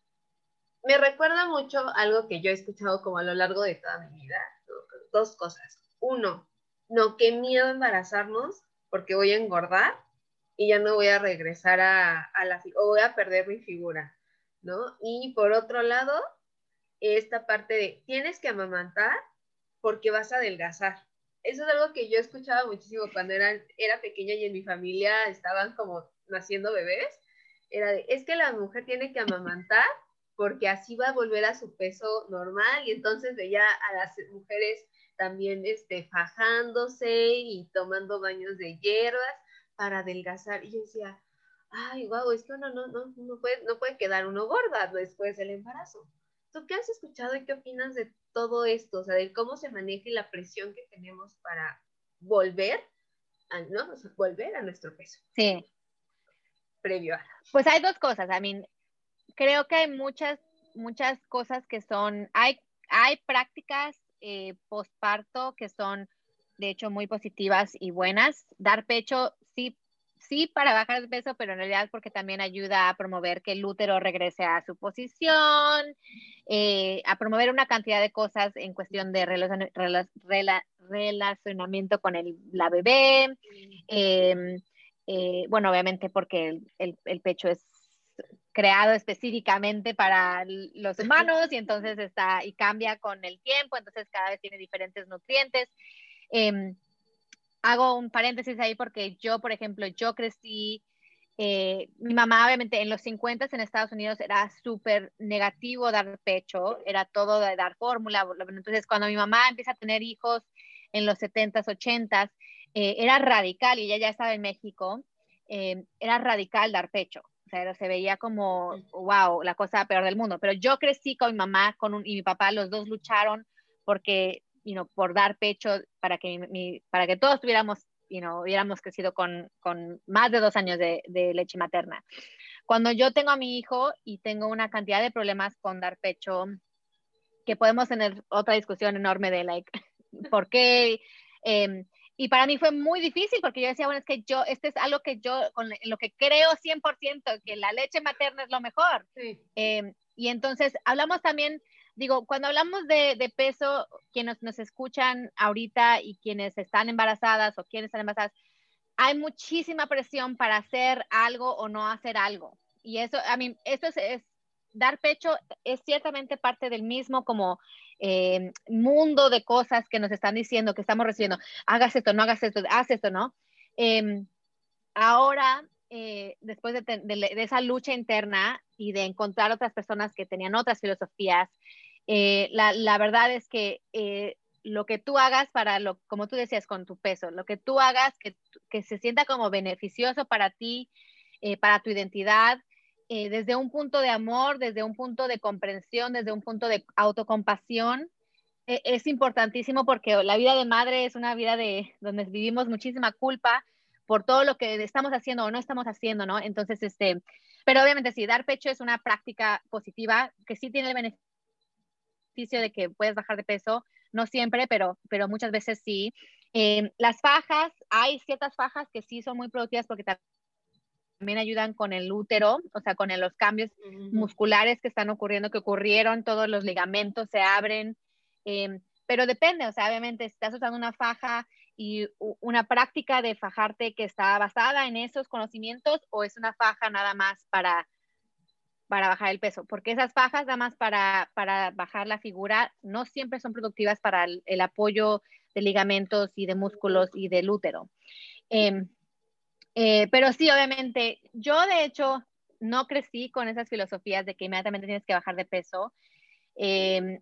Me recuerda mucho algo que yo he escuchado como a lo largo de toda mi vida, ¿no? Dos cosas. Uno, no, qué miedo embarazarnos porque voy a engordar y ya no voy a regresar a, a la, o voy a perder mi figura, ¿no? Y por otro lado, esta parte de tienes que amamantar porque vas a adelgazar. Eso es algo que yo escuchaba muchísimo cuando era, era pequeña y en mi familia estaban como naciendo bebés. Era de, es que la mujer tiene que amamantar porque así va a volver a su peso normal y entonces veía a las mujeres también este, fajándose y tomando baños de hierbas para adelgazar. Y yo decía, ay, wow, es que uno no, no, no, puede, no puede quedar uno gorda después del embarazo. ¿Tú qué has escuchado y qué opinas de todo esto? O sea, de cómo se maneja y la presión que tenemos para volver a, ¿no? O sea, volver a nuestro peso Sí. previo a. Pues hay dos cosas. I mean, creo que hay muchas, muchas cosas que son, hay, hay prácticas eh, postparto que son de hecho muy positivas y buenas. Dar pecho, sí, sí para bajar de peso, pero en realidad porque también ayuda a promover que el útero regrese a su posición, eh, a promover una cantidad de cosas en cuestión de relacion, rela, rela, relacionamiento con el, la bebé. Eh, eh, bueno, obviamente porque el, el, el pecho es creado específicamente para los humanos y entonces está y cambia con el tiempo, entonces cada vez tiene diferentes nutrientes. Eh, hago un paréntesis ahí porque yo, por ejemplo, yo crecí, eh, mi mamá obviamente en los cincuenta en Estados Unidos era súper negativo dar pecho, era todo de dar fórmula, entonces cuando mi mamá empieza a tener hijos en los setentas, ochentas, eh, era radical y ella ya estaba en México, eh, era radical dar pecho. O sea, se veía como, wow, la cosa peor del mundo. Pero yo crecí con mi mamá con un, y mi papá, los dos lucharon porque, you know, por dar pecho para que, mi, para que todos tuviéramos, you know, hubiéramos crecido con, con más de dos años de, de leche materna. Cuando yo tengo a mi hijo y tengo una cantidad de problemas con dar pecho, que podemos tener otra discusión enorme de, like, ¿por qué? Eh, y para mí fue muy difícil porque yo decía, bueno, es que yo, este es algo que yo, con lo que creo cien por ciento, que la leche materna es lo mejor. Sí. Eh, y entonces hablamos también, digo, cuando hablamos de, de peso, quienes nos escuchan ahorita y quienes están embarazadas o quienes están embarazadas, hay muchísima presión para hacer algo o no hacer algo. Y eso, a mí, esto es, es dar pecho es ciertamente parte del mismo como eh, mundo de cosas que nos están diciendo, que estamos recibiendo, hagas esto, no hagas esto, haz esto, ¿no? Eh, ahora, eh, después de, de, de, esa lucha interna y de encontrar otras personas que tenían otras filosofías, eh, la, la, verdad es que eh, lo que tú hagas para, lo, como tú decías, con tu peso, lo que tú hagas que, que se sienta como beneficioso para ti, eh, para tu identidad, eh, desde un punto de amor, desde un punto de comprensión, desde un punto de autocompasión, eh, es importantísimo porque la vida de madre es una vida de donde vivimos muchísima culpa por todo lo que estamos haciendo o no estamos haciendo, ¿no? Entonces, este, pero obviamente sí, dar pecho es una práctica positiva que sí tiene el beneficio de que puedes bajar de peso, no siempre, pero, pero muchas veces sí. Eh, las fajas, hay ciertas fajas que sí son muy productivas porque también ayudan con el útero, o sea, con los cambios uh-huh. musculares que están ocurriendo, que ocurrieron, todos los ligamentos se abren, eh, pero depende, o sea, obviamente si estás usando una faja y una práctica de fajarte que está basada en esos conocimientos, o es una faja nada más para, para bajar el peso, porque esas fajas nada más para, para bajar la figura no siempre son productivas para el, el apoyo de ligamentos y de músculos y del útero. Eh, eh, pero sí, obviamente, yo de hecho no crecí con esas filosofías de que inmediatamente tienes que bajar de peso. Eh,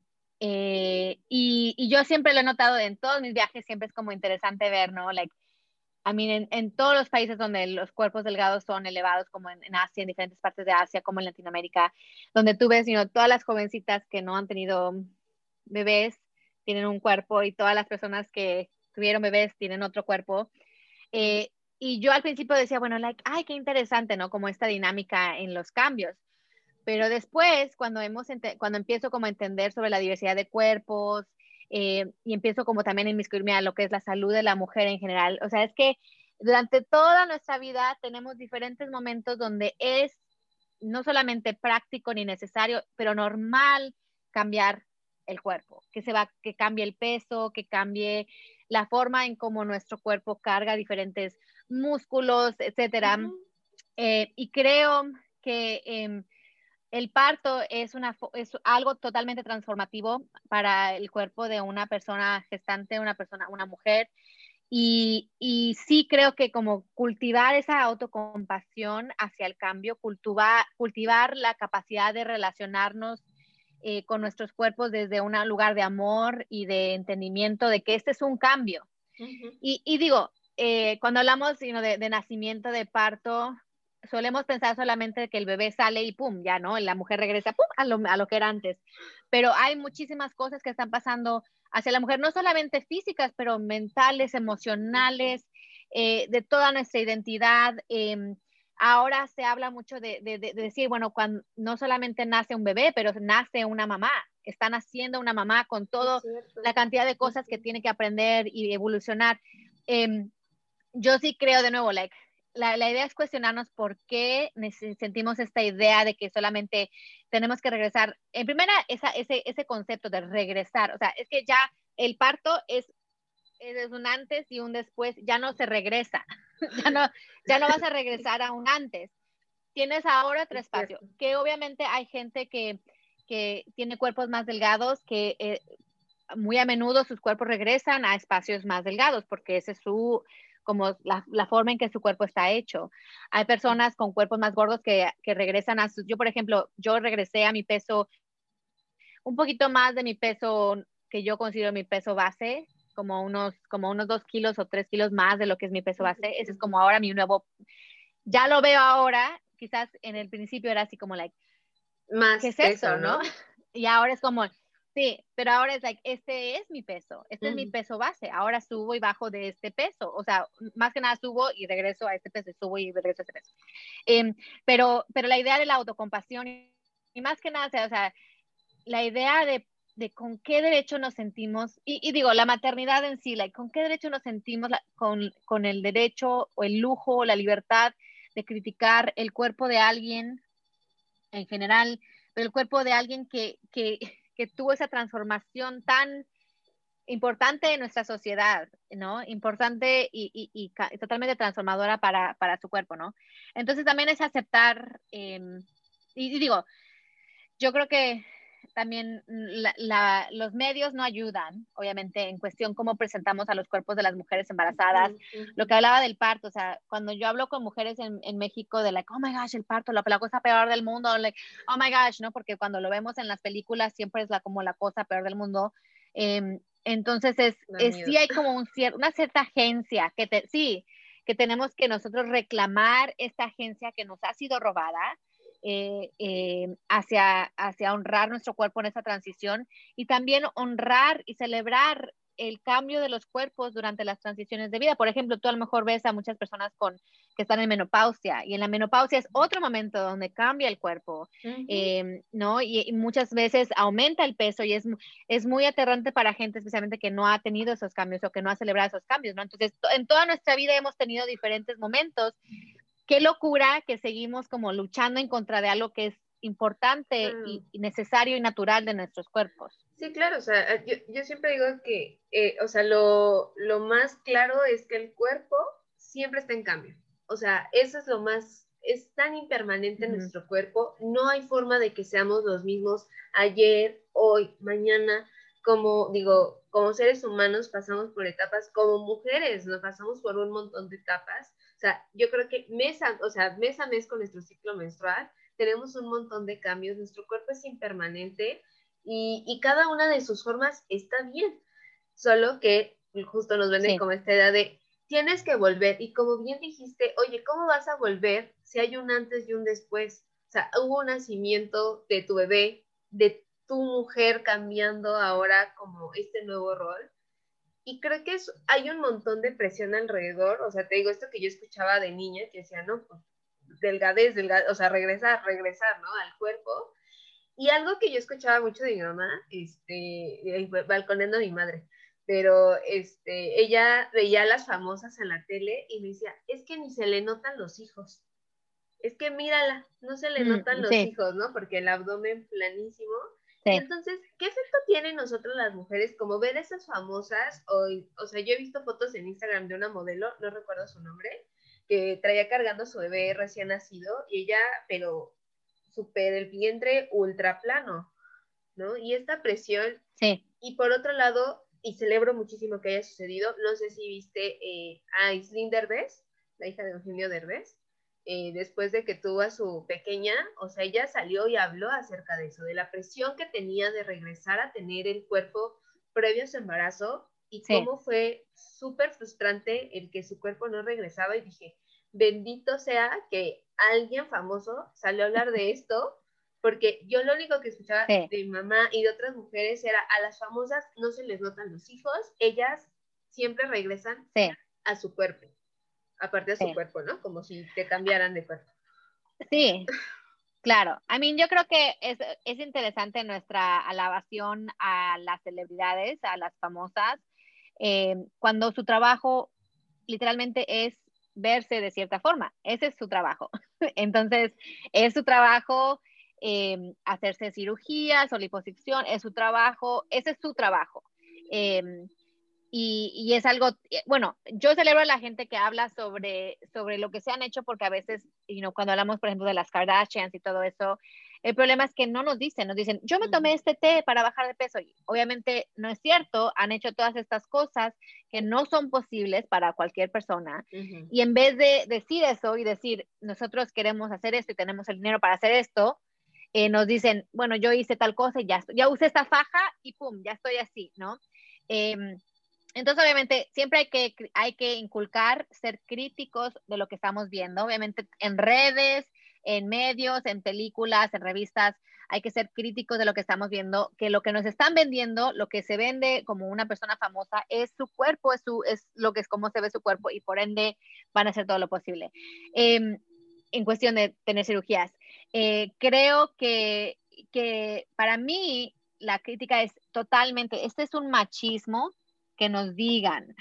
eh, y, y, yo siempre lo he notado en todos mis viajes, siempre es como interesante ver, ¿no? Like, I mean, en, en todos los países donde los cuerpos delgados son elevados, como en, en Asia, en diferentes partes de Asia, como en Latinoamérica, donde tú ves, you know, todas las jovencitas que no han tenido bebés tienen un cuerpo, y todas las personas que tuvieron bebés tienen otro cuerpo. Eh, y yo al principio decía, bueno, like, ay, qué interesante, ¿no? Como esta dinámica en los cambios. Pero después, cuando, hemos cuando empiezo como a entender sobre la diversidad de cuerpos, eh, y empiezo como también a inmiscuirme a lo que es la salud de la mujer en general, o sea, es que durante toda nuestra vida tenemos diferentes momentos donde es no solamente práctico ni necesario, pero normal cambiar el cuerpo, que se va, que cambie el peso, que cambie la forma en cómo nuestro cuerpo carga diferentes músculos, etcétera. Uh-huh. Eh, y creo que eh, el parto es, una, es algo totalmente transformativo para el cuerpo de una persona gestante, una persona, una mujer. Y, y sí creo que como cultivar esa autocompasión hacia el cambio, cultivar, cultivar la capacidad de relacionarnos eh, con nuestros cuerpos desde un lugar de amor y de entendimiento de que este es un cambio. Uh-huh. Y, y digo, eh, cuando hablamos you know, de, de nacimiento, de parto, solemos pensar solamente que el bebé sale y pum, ya, ¿no? La mujer regresa pum, a lo, a lo que era antes. Pero hay muchísimas cosas que están pasando hacia la mujer, no solamente físicas, pero mentales, emocionales, eh, de toda nuestra identidad. Eh, ahora se habla mucho de, de, de, decir, bueno, cuando no solamente nace un bebé, pero nace una mamá. Está naciendo una mamá con toda la cantidad de cosas que tiene que aprender y evolucionar. Eh, yo sí creo, de nuevo, like, la, la idea es cuestionarnos por qué sentimos esta idea de que solamente tenemos que regresar. En primera, esa, ese, ese concepto de regresar, o sea, es que ya el parto es, es un antes y un después, ya no se regresa, ya, no, ya no vas a regresar a un antes. Tienes ahora otro espacio, que obviamente hay gente que, que tiene cuerpos más delgados, que eh, muy a menudo sus cuerpos regresan a espacios más delgados, porque ese es su... como la, la forma en que su cuerpo está hecho. Hay personas con cuerpos más gordos que, que regresan a sus... Yo, por ejemplo, yo regresé a mi peso, un poquito más de mi peso que yo considero mi peso base, como unos, como unos dos kilos o tres kilos más de lo que es mi peso base. Ese es como ahora mi nuevo... Ya lo veo ahora, quizás en el principio era así como, like, más ¿qué es peso, esto, no? Y ahora es como... Sí, pero ahora es like, este es mi peso, este uh-huh. es mi peso base, ahora subo y bajo de este peso, o sea, más que nada subo y regreso a este peso, subo y regreso a este peso. Eh, pero, pero la idea de la autocompasión, y más que nada, o sea, o sea la idea de, de con qué derecho nos sentimos, y, y digo, la maternidad en sí, like, con qué derecho nos sentimos la, con, con el derecho o el lujo o la libertad de criticar el cuerpo de alguien en general, pero el cuerpo de alguien que... que que tuvo esa transformación tan importante en nuestra sociedad, ¿no? Importante y, y, y, y totalmente transformadora para, para su cuerpo, ¿no? Entonces también es aceptar, eh, y, y digo, yo creo que también la, la, los medios no ayudan, obviamente, en cuestión cómo presentamos a los cuerpos de las mujeres embarazadas. Uh-huh. Lo que hablaba del parto, o sea, cuando yo hablo con mujeres en, en México de, like, oh my gosh, el parto, la, la cosa peor del mundo, like, oh my gosh, ¿no? Porque cuando lo vemos en las películas siempre es la, como la cosa peor del mundo. Eh, entonces, es, es sí hay como un cier- una cierta agencia que, te, sí, que tenemos que nosotros reclamar esta agencia que nos ha sido robada. Eh, eh, hacia, hacia honrar nuestro cuerpo en esa transición, y también honrar y celebrar el cambio de los cuerpos durante las transiciones de vida. Por ejemplo, tú a lo mejor ves a muchas personas con, que están en menopausia, y en la menopausia es otro momento donde cambia el cuerpo, uh-huh. eh, ¿no? Y, y muchas veces aumenta el peso, y es, es muy aterrante para gente especialmente que no ha tenido esos cambios o que no ha celebrado esos cambios, ¿no? Entonces, en toda nuestra vida hemos tenido diferentes momentos. Qué locura que seguimos como luchando en contra de algo que es importante y, Mm. y necesario y natural de nuestros cuerpos. Sí, claro, o sea, yo, yo siempre digo que, eh, o sea, lo, lo más claro es que el cuerpo siempre está en cambio. O sea, eso es lo más, es tan impermanente en Ujú. nuestro cuerpo, no hay forma de que seamos los mismos ayer, hoy, mañana, como digo, como seres humanos pasamos por etapas, como mujeres nos pasamos por un montón de etapas. O sea, yo creo que mes a, o sea, mes a mes con nuestro ciclo menstrual tenemos un montón de cambios, nuestro cuerpo es impermanente y, y cada una de sus formas está bien, solo que justo nos venden Sí, como esta idea de tienes que volver y como bien dijiste, oye, ¿cómo vas a volver si hay un antes y un después? O sea, hubo un nacimiento de tu bebé, de tu mujer cambiando ahora como este nuevo rol. Y creo que es, hay un montón de presión alrededor, o sea, te digo esto que yo escuchaba de niña, que decía, no, pues, delgadez, delgadez, o sea, regresar, regresar, ¿no? Al cuerpo. Y algo que yo escuchaba mucho de mi mamá, este, balconeando a mi madre, pero este, ella veía a las famosas en la tele y me decía, es que ni se le notan los hijos, es que mírala, no se le notan mm, los sí, hijos, ¿no? Porque el abdomen planísimo. Y sí. entonces, ¿qué efecto tiene nosotros las mujeres como ver esas famosas? O, o sea, yo he visto fotos en Instagram de una modelo, no recuerdo su nombre, que traía cargando a su bebé recién nacido y ella, pero súper el vientre ultra plano, ¿no? Y esta presión, Sí. y por otro lado, y celebro muchísimo que haya sucedido, no sé si viste eh, a Islín Derbez, la hija de Eugenio Derbez, eh, después de que tuvo a su pequeña, o sea, ella salió y habló acerca de eso, de la presión que tenía de regresar a tener el cuerpo previo a su embarazo y Sí, cómo fue súper frustrante el que su cuerpo no regresaba y dije, bendito sea que alguien famoso salió a hablar de esto porque yo lo único que escuchaba sí, de mi mamá y de otras mujeres era a las famosas no se les notan los hijos, ellas siempre regresan sí, a su cuerpo, aparte de su sí. cuerpo, ¿no? Como si te cambiaran de cuerpo. Sí, claro. I mean, yo creo que es, es interesante nuestra alabación a las celebridades, a las famosas, eh, cuando su trabajo literalmente es verse de cierta forma. Ese es su trabajo. Entonces, es su trabajo eh, hacerse cirugías o liposucción, es su trabajo, ese es su trabajo. Eh, y, y, es algo, eh, bueno, yo celebro a la gente que habla sobre, sobre lo que se han hecho porque a veces, you know, cuando hablamos, por ejemplo, de las Kardashians y todo eso, el problema es que no nos dicen, nos dicen, yo me tomé este té para bajar de peso. Y obviamente no es cierto, han hecho todas estas cosas que no son posibles para cualquier persona. Uh -huh. Y en vez de decir eso y decir, nosotros queremos hacer esto y tenemos el dinero para hacer esto, eh, nos dicen, bueno, yo hice tal cosa y ya, ya usé esta faja y pum, ya estoy así, ¿no? Eh, entonces, obviamente, siempre hay que, hay que inculcar, ser críticos de lo que estamos viendo. Obviamente, en redes, en medios, en películas, en revistas, hay que ser críticos de lo que estamos viendo, que lo que nos están vendiendo, lo que se vende como una persona famosa, es su cuerpo, es, su, es lo que es cómo se ve su cuerpo y por ende van a hacer todo lo posible. Eh, en cuestión de tener cirugías. Eh, creo que, que para mí la crítica es totalmente, este es un machismo que nos digan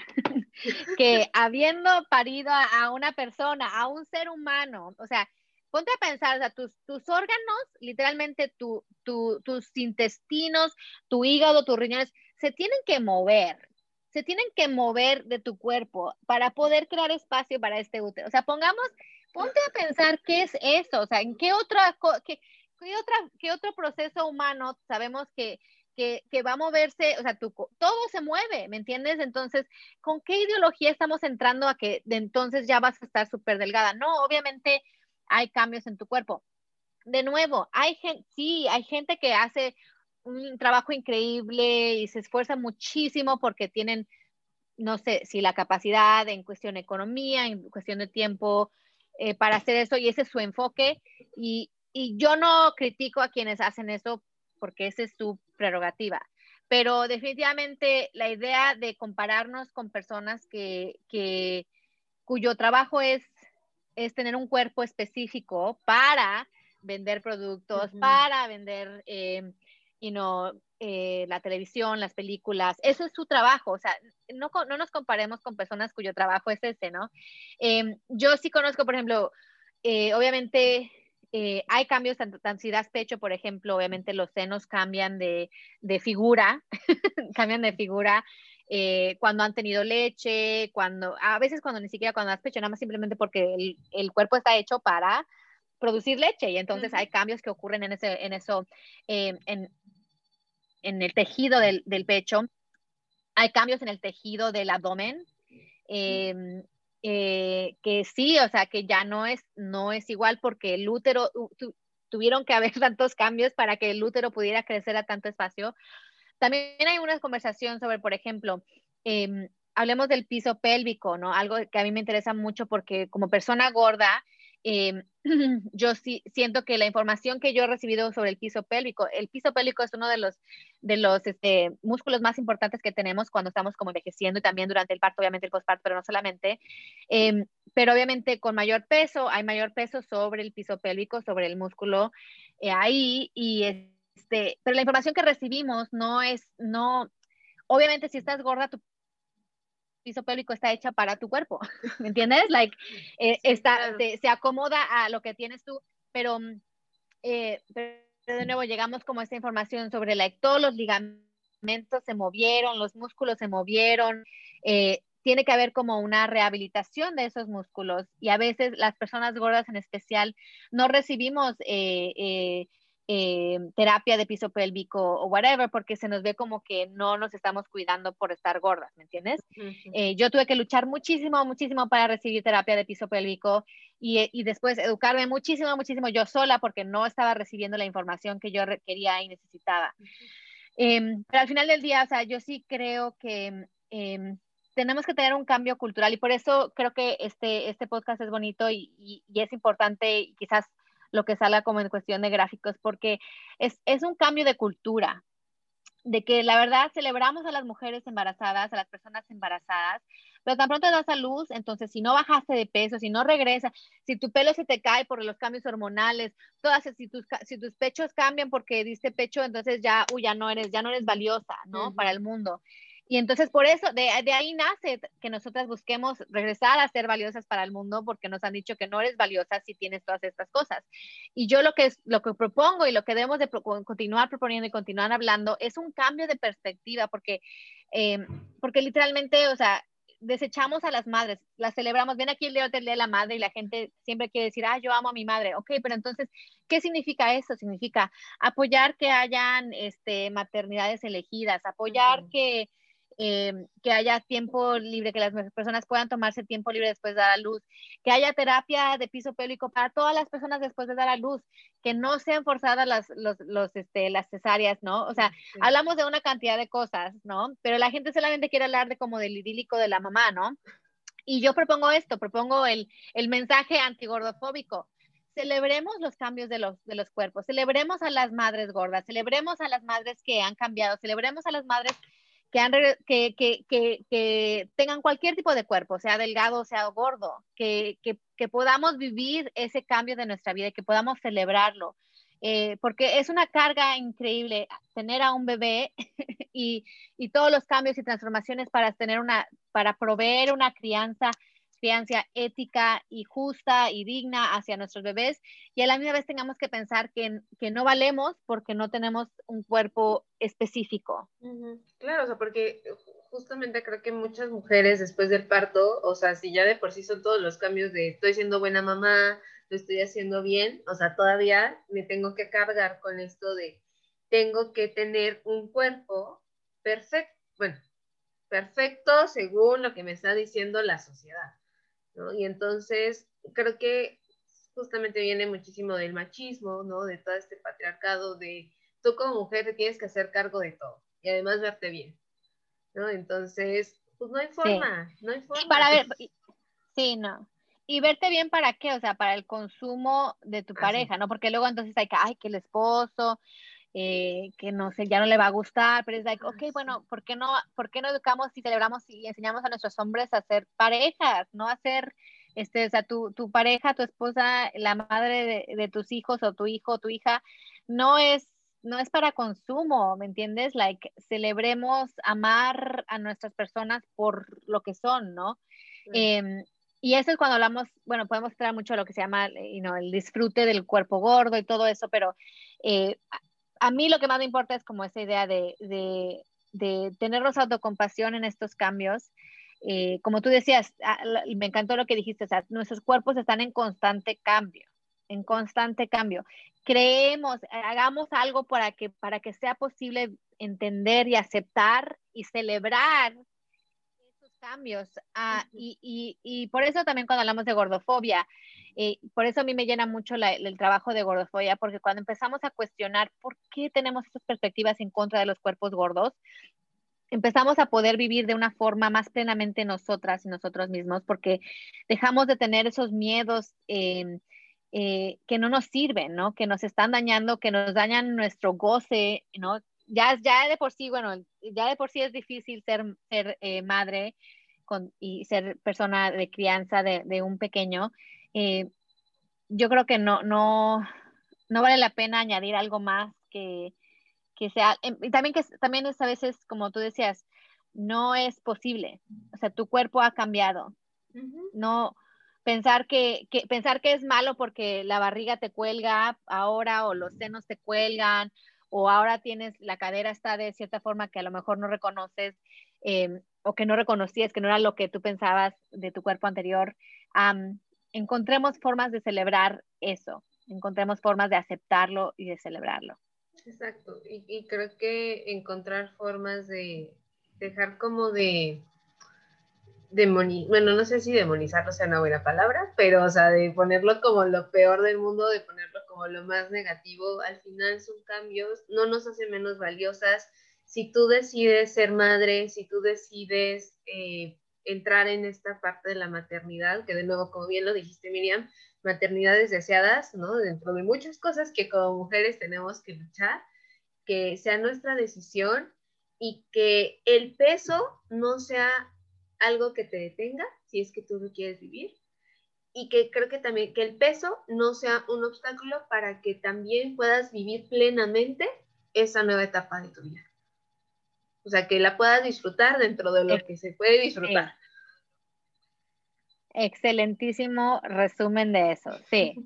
que habiendo parido a, a, una persona, a un ser humano, o sea, ponte a pensar, o sea, tus, tus órganos, literalmente tu, tu, tus intestinos, tu hígado, tus riñones, se tienen que mover, se tienen que mover de tu cuerpo para poder crear espacio para este útero. O sea, pongamos, ponte a pensar qué es eso, o sea, en qué otra, qué, qué otra, qué otro proceso humano sabemos que que, que, va a moverse, o sea, tu, todo se mueve, ¿me entiendes? Entonces, ¿con qué ideología estamos entrando a que de entonces ya vas a estar súper delgada? No, obviamente hay cambios en tu cuerpo. De nuevo, hay gente, sí, hay gente que hace un trabajo increíble y se esfuerza muchísimo porque tienen, no sé, si la capacidad en cuestión de economía, en cuestión de tiempo, eh, para hacer eso, y ese es su enfoque. Y, y yo no critico a quienes hacen eso porque esa es su prerrogativa. Pero definitivamente la idea de compararnos con personas que, que cuyo trabajo es, es tener un cuerpo específico para vender productos, uh -huh. para vender, eh, you know, eh, la televisión, las películas, eso es su trabajo, o sea, no, no nos comparemos con personas cuyo trabajo es ese, ¿no? Eh, yo sí conozco, por ejemplo, eh, obviamente eh, hay cambios, tanto, tanto si das pecho, por ejemplo, obviamente los senos cambian de, de figura, cambian de figura eh, cuando han tenido leche, cuando, a veces cuando ni siquiera cuando das pecho, nada más simplemente porque el, el cuerpo está hecho para producir leche y entonces uh-huh. hay cambios que ocurren en, ese, en eso, eh, en, en el tejido del, del pecho, hay cambios en el tejido del abdomen, eh, eh, que sí, o sea, que ya no es, no es igual porque el útero, tu, tuvieron que haber tantos cambios para que el útero pudiera crecer a tanto espacio. También hay una conversación sobre, por ejemplo, eh, hablemos del piso pélvico, ¿no? Algo que a mí me interesa mucho porque como persona gorda, eh, yo sí siento que la información que yo he recibido sobre el piso pélvico, el piso pélvico es uno de los, de los este, músculos más importantes que tenemos cuando estamos como envejeciendo y también durante el parto, obviamente el postparto, pero no solamente. Eh, pero obviamente con mayor peso, hay mayor peso sobre el piso pélvico, sobre el músculo eh, ahí y este, pero la información que recibimos no es, no, obviamente si estás gorda, tu piso pélvico está hecha para tu cuerpo, ¿me entiendes? Like, eh, sí, está, claro. se, se acomoda a lo que tienes tú, pero, eh, pero de nuevo llegamos como a esta información sobre like, todos los ligamentos se movieron, los músculos se movieron, eh, tiene que haber como una rehabilitación de esos músculos y a veces las personas gordas en especial no recibimos eh, eh, eh, terapia de piso pélvico o whatever porque se nos ve como que no nos estamos cuidando por estar gordas, ¿me entiendes? Uh-huh. Eh, yo tuve que luchar muchísimo, muchísimo para recibir terapia de piso pélvico y, y después educarme muchísimo, muchísimo yo sola porque no estaba recibiendo la información que yo quería y necesitaba. Uh-huh. Eh, pero al final del día, o sea, yo sí creo que eh, tenemos que tener un cambio cultural y por eso creo que este, este podcast es bonito y, y, y es importante y quizás lo que salga como en cuestión de gráficos, porque es, es un cambio de cultura, de que la verdad celebramos a las mujeres embarazadas, a las personas embarazadas, pero tan pronto das a luz, entonces si no bajaste de peso, si no regresas, si tu pelo se te cae por los cambios hormonales, todas, si tus, si tus pechos cambian porque diste pecho, entonces ya, uy, ya no eres, ya no eres valiosa, ¿no? Uh-huh. Para el mundo. Y entonces por eso, de, de ahí nace que nosotras busquemos regresar a ser valiosas para el mundo porque nos han dicho que no eres valiosa si tienes todas estas cosas. Y yo lo que, es, lo que propongo y lo que debemos de pro, continuar proponiendo y continuar hablando es un cambio de perspectiva porque, eh, porque literalmente, o sea, desechamos a las madres, las celebramos, ven aquí el día del Día de la Madre y la gente siempre quiere decir, ah, yo amo a mi madre, ok, pero entonces, ¿qué significa eso? Significa apoyar que hayan este, maternidades elegidas, apoyar uh-huh. que Eh, que haya tiempo libre, que las personas puedan tomarse tiempo libre después de dar a luz, que haya terapia de piso pélvico para todas las personas después de dar a luz, que no sean forzadas las, los, los, este, las cesáreas, ¿no? O sea, sí. Hablamos de una cantidad de cosas, ¿no? Pero la gente solamente quiere hablar de como del idílico de la mamá, ¿no? Y yo propongo esto, propongo el, el mensaje antigordofóbico. Celebremos los cambios de los, de los cuerpos, celebremos a las madres gordas, celebremos a las madres que han cambiado, celebremos a las madres que, han, que, que, que, que tengan cualquier tipo de cuerpo, sea delgado, sea gordo, que, que, que podamos vivir ese cambio de nuestra vida y que podamos celebrarlo. Eh, porque es una carga increíble tener a un bebé y, y todos los cambios y transformaciones para tener una, para proveer una crianza crianza ética y justa y digna hacia nuestros bebés y a la misma vez tengamos que pensar que, que no valemos porque no tenemos un cuerpo específico. Uh-huh. Claro, o sea, porque justamente creo que muchas mujeres después del parto, o sea, si ya de por sí son todos los cambios de estoy siendo buena mamá, lo estoy haciendo bien, o sea, todavía me tengo que cargar con esto de tengo que tener un cuerpo perfecto, bueno, perfecto según lo que me está diciendo la sociedad, ¿no? Y entonces creo que justamente viene muchísimo del machismo, ¿no? De todo este patriarcado de tú como mujer te tienes que hacer cargo de todo y además verte bien, ¿no? Entonces, pues no hay forma, sí. no hay forma. Y para ver, sí, no. ¿Y verte bien para qué? O sea, para el consumo de tu ah, pareja, sí. ¿no? Porque luego entonces hay que, ay, que el esposo, eh, que no sé, ya no le va a gustar, pero es like, ok, sí. bueno, ¿por qué no, por qué no educamos y celebramos y enseñamos a nuestros hombres a ser parejas, no a ser, este, o sea, tu, tu pareja, tu esposa, la madre de, de tus hijos o tu hijo o tu hija, no es no es para consumo, ¿me entiendes? Like, celebremos amar a nuestras personas por lo que son, ¿no? Sí. Eh, y eso es cuando hablamos, bueno, podemos entrar mucho a lo que se llama eh, you know, el disfrute del cuerpo gordo y todo eso, pero eh, a, a mí lo que más me importa es como esa idea de, de, de tenernos autocompasión en estos cambios. Eh, como tú decías, a, la, me encantó lo que dijiste, o sea, nuestros cuerpos están en constante cambio, en constante cambio. Creemos, hagamos algo para que, para que sea posible entender y aceptar y celebrar esos cambios. Ah, Ujú. y, y, y, por eso también cuando hablamos de gordofobia, eh, por eso a mí me llena mucho la, el trabajo de gordofobia, porque cuando empezamos a cuestionar por qué tenemos esas perspectivas en contra de los cuerpos gordos, empezamos a poder vivir de una forma más plenamente nosotras y nosotros mismos, porque dejamos de tener esos miedos eh, eh, que no nos sirven, ¿no? Que nos están dañando, que nos dañan nuestro goce, ¿no? Ya, ya de por sí, bueno, ya de por sí es difícil ser, ser eh, madre con, y ser persona de crianza de, de un pequeño. Eh, yo creo que no, no, no vale la pena añadir algo más que, que sea, em, y también que también es a veces, como tú decías, no es posible. O sea, tu cuerpo ha cambiado. Ujú. No pensar que, que pensar que es malo porque la barriga te cuelga ahora o los senos te cuelgan o ahora tienes la cadera está de cierta forma que a lo mejor no reconoces eh, o que no reconocías, que no era lo que tú pensabas de tu cuerpo anterior. Um, encontremos formas de celebrar eso, encontremos formas de aceptarlo y de celebrarlo. Exacto, y, y creo que encontrar formas de dejar como de demoni bueno, no sé si demonizarlo sea una buena palabra, pero o sea, de ponerlo como lo peor del mundo, de ponerlo como lo más negativo, al final son cambios, no nos hace menos valiosas. Si tú decides ser madre, si tú decides eh, entrar en esta parte de la maternidad, que de nuevo, como bien lo dijiste, Miriam, maternidades deseadas, ¿no? Dentro de muchas cosas que como mujeres tenemos que luchar, que sea nuestra decisión y que el peso no sea algo que te detenga si es que tú lo quieres vivir, y que creo que también que el peso no sea un obstáculo para que también puedas vivir plenamente esa nueva etapa de tu vida. O sea, que la puedas disfrutar dentro de lo Ex que se puede disfrutar. sí, excelentísimo resumen de eso, sí.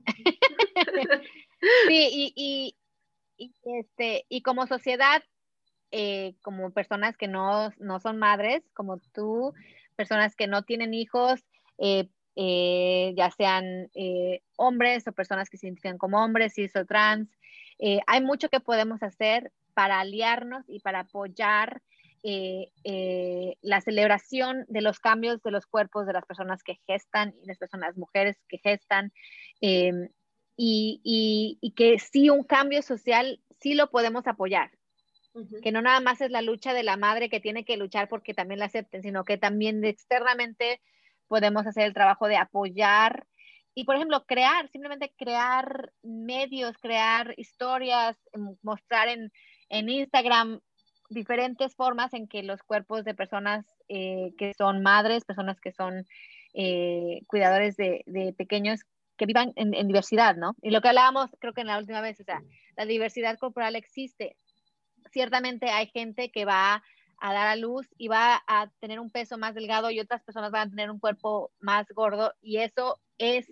Sí, y, y, y, este, y como sociedad, eh, como personas que no, no son madres, como tú, personas que no tienen hijos, eh, eh, ya sean eh, hombres o personas que se identifican como hombres, cis o trans, eh, hay mucho que podemos hacer para aliarnos y para apoyar eh, eh, la celebración de los cambios de los cuerpos de las personas que gestan y las personas mujeres que gestan. Eh, y, y, y que sí, un cambio social sí lo podemos apoyar, Uh-huh. que no nada más es la lucha de la madre que tiene que luchar porque también la acepten, sino que también externamente podemos hacer el trabajo de apoyar y, por ejemplo, crear, simplemente crear medios, crear historias, mostrar en, en Instagram diferentes formas en que los cuerpos de personas eh, que son madres, personas que son eh, cuidadores de, de, pequeños, que vivan en, en diversidad, ¿no? Y lo que hablábamos, creo que en la última vez, o sea, la diversidad corporal existe. Ciertamente hay gente que va a dar a luz y va a tener un peso más delgado y otras personas van a tener un cuerpo más gordo y eso es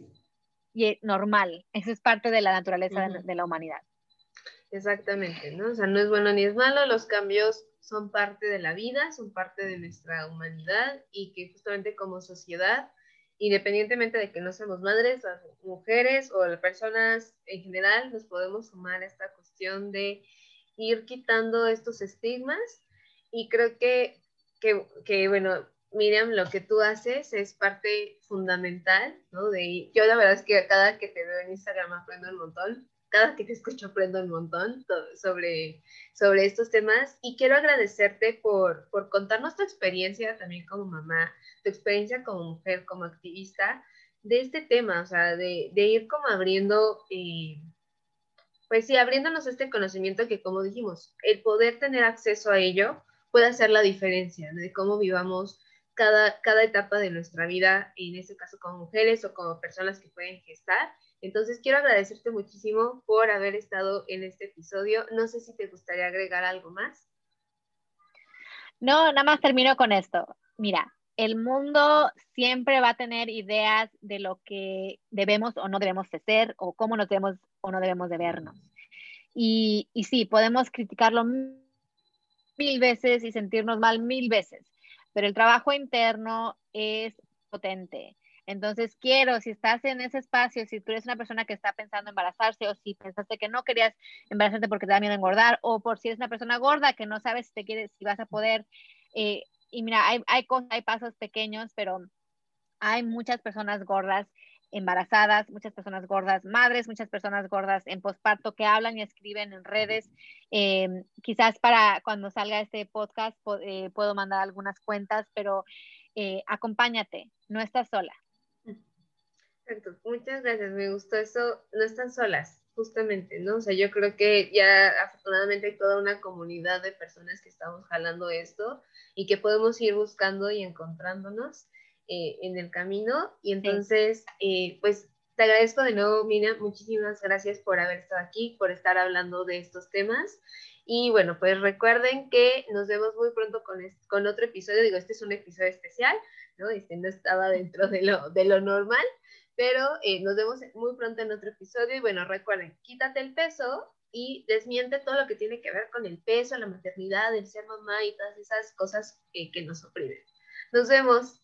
normal, eso es parte de la naturaleza de, Uh-huh. de la humanidad. Exactamente, ¿no? O sea, no es bueno ni es malo, los cambios son parte de la vida, son parte de nuestra humanidad y que justamente como sociedad, independientemente de que no seamos madres, las mujeres o las personas en general, nos podemos sumar a esta cuestión de ir quitando estos estigmas y creo que, que, que bueno, Miriam, lo que tú haces es parte fundamental, ¿no? De, yo la verdad es que cada que te veo en Instagram aprendo un montón, cada que te escucho aprendo un montón sobre, sobre estos temas y quiero agradecerte por, por contarnos tu experiencia también como mamá, tu experiencia como mujer, como activista de este tema, o sea, de, de ir como abriendo, eh, pues sí, abriéndonos este conocimiento que como dijimos, el poder tener acceso a ello puede hacer la diferencia, ¿no? De cómo vivamos cada, cada etapa de nuestra vida, en este caso como mujeres o como personas que pueden gestar. Entonces quiero agradecerte muchísimo por haber estado en este episodio. No sé si te gustaría agregar algo más. No, nada más termino con esto. Mira, el mundo siempre va a tener ideas de lo que debemos o no debemos de ser, o cómo nos debemos o no debemos de vernos. Y, y sí, podemos criticarlo mil veces y sentirnos mal mil veces, pero el trabajo interno es potente. Entonces quiero, si estás en ese espacio, si tú eres una persona que está pensando en embarazarse, o si pensaste que no querías embarazarte porque te da miedo engordar, o por si eres una persona gorda que no sabes si te quieres, si vas a poder, eh, y mira, hay, hay cosas, hay pasos pequeños, pero hay muchas personas gordas embarazadas, muchas personas gordas madres, muchas personas gordas en posparto que hablan y escriben en redes. Eh, quizás para cuando salga este podcast po eh, puedo mandar algunas cuentas, pero eh, acompáñate, no estás sola. Perfecto, muchas gracias, me gustó eso, no están solas, justamente, ¿no? O sea, yo creo que ya afortunadamente hay toda una comunidad de personas que estamos jalando esto y que podemos ir buscando y encontrándonos eh, en el camino. Y Sí. entonces, eh, pues te agradezco de nuevo, Miriam, muchísimas gracias por haber estado aquí, por estar hablando de estos temas. Y bueno, pues recuerden que nos vemos muy pronto con, este, con otro episodio. Digo, este es un episodio especial, ¿no? Este no estaba dentro de lo, de lo normal, pero eh, nos vemos muy pronto en otro episodio. Y bueno, recuerden, quítate el peso y desmiente todo lo que tiene que ver con el peso, la maternidad, el ser mamá y todas esas cosas eh, que nos oprimen. Nos vemos.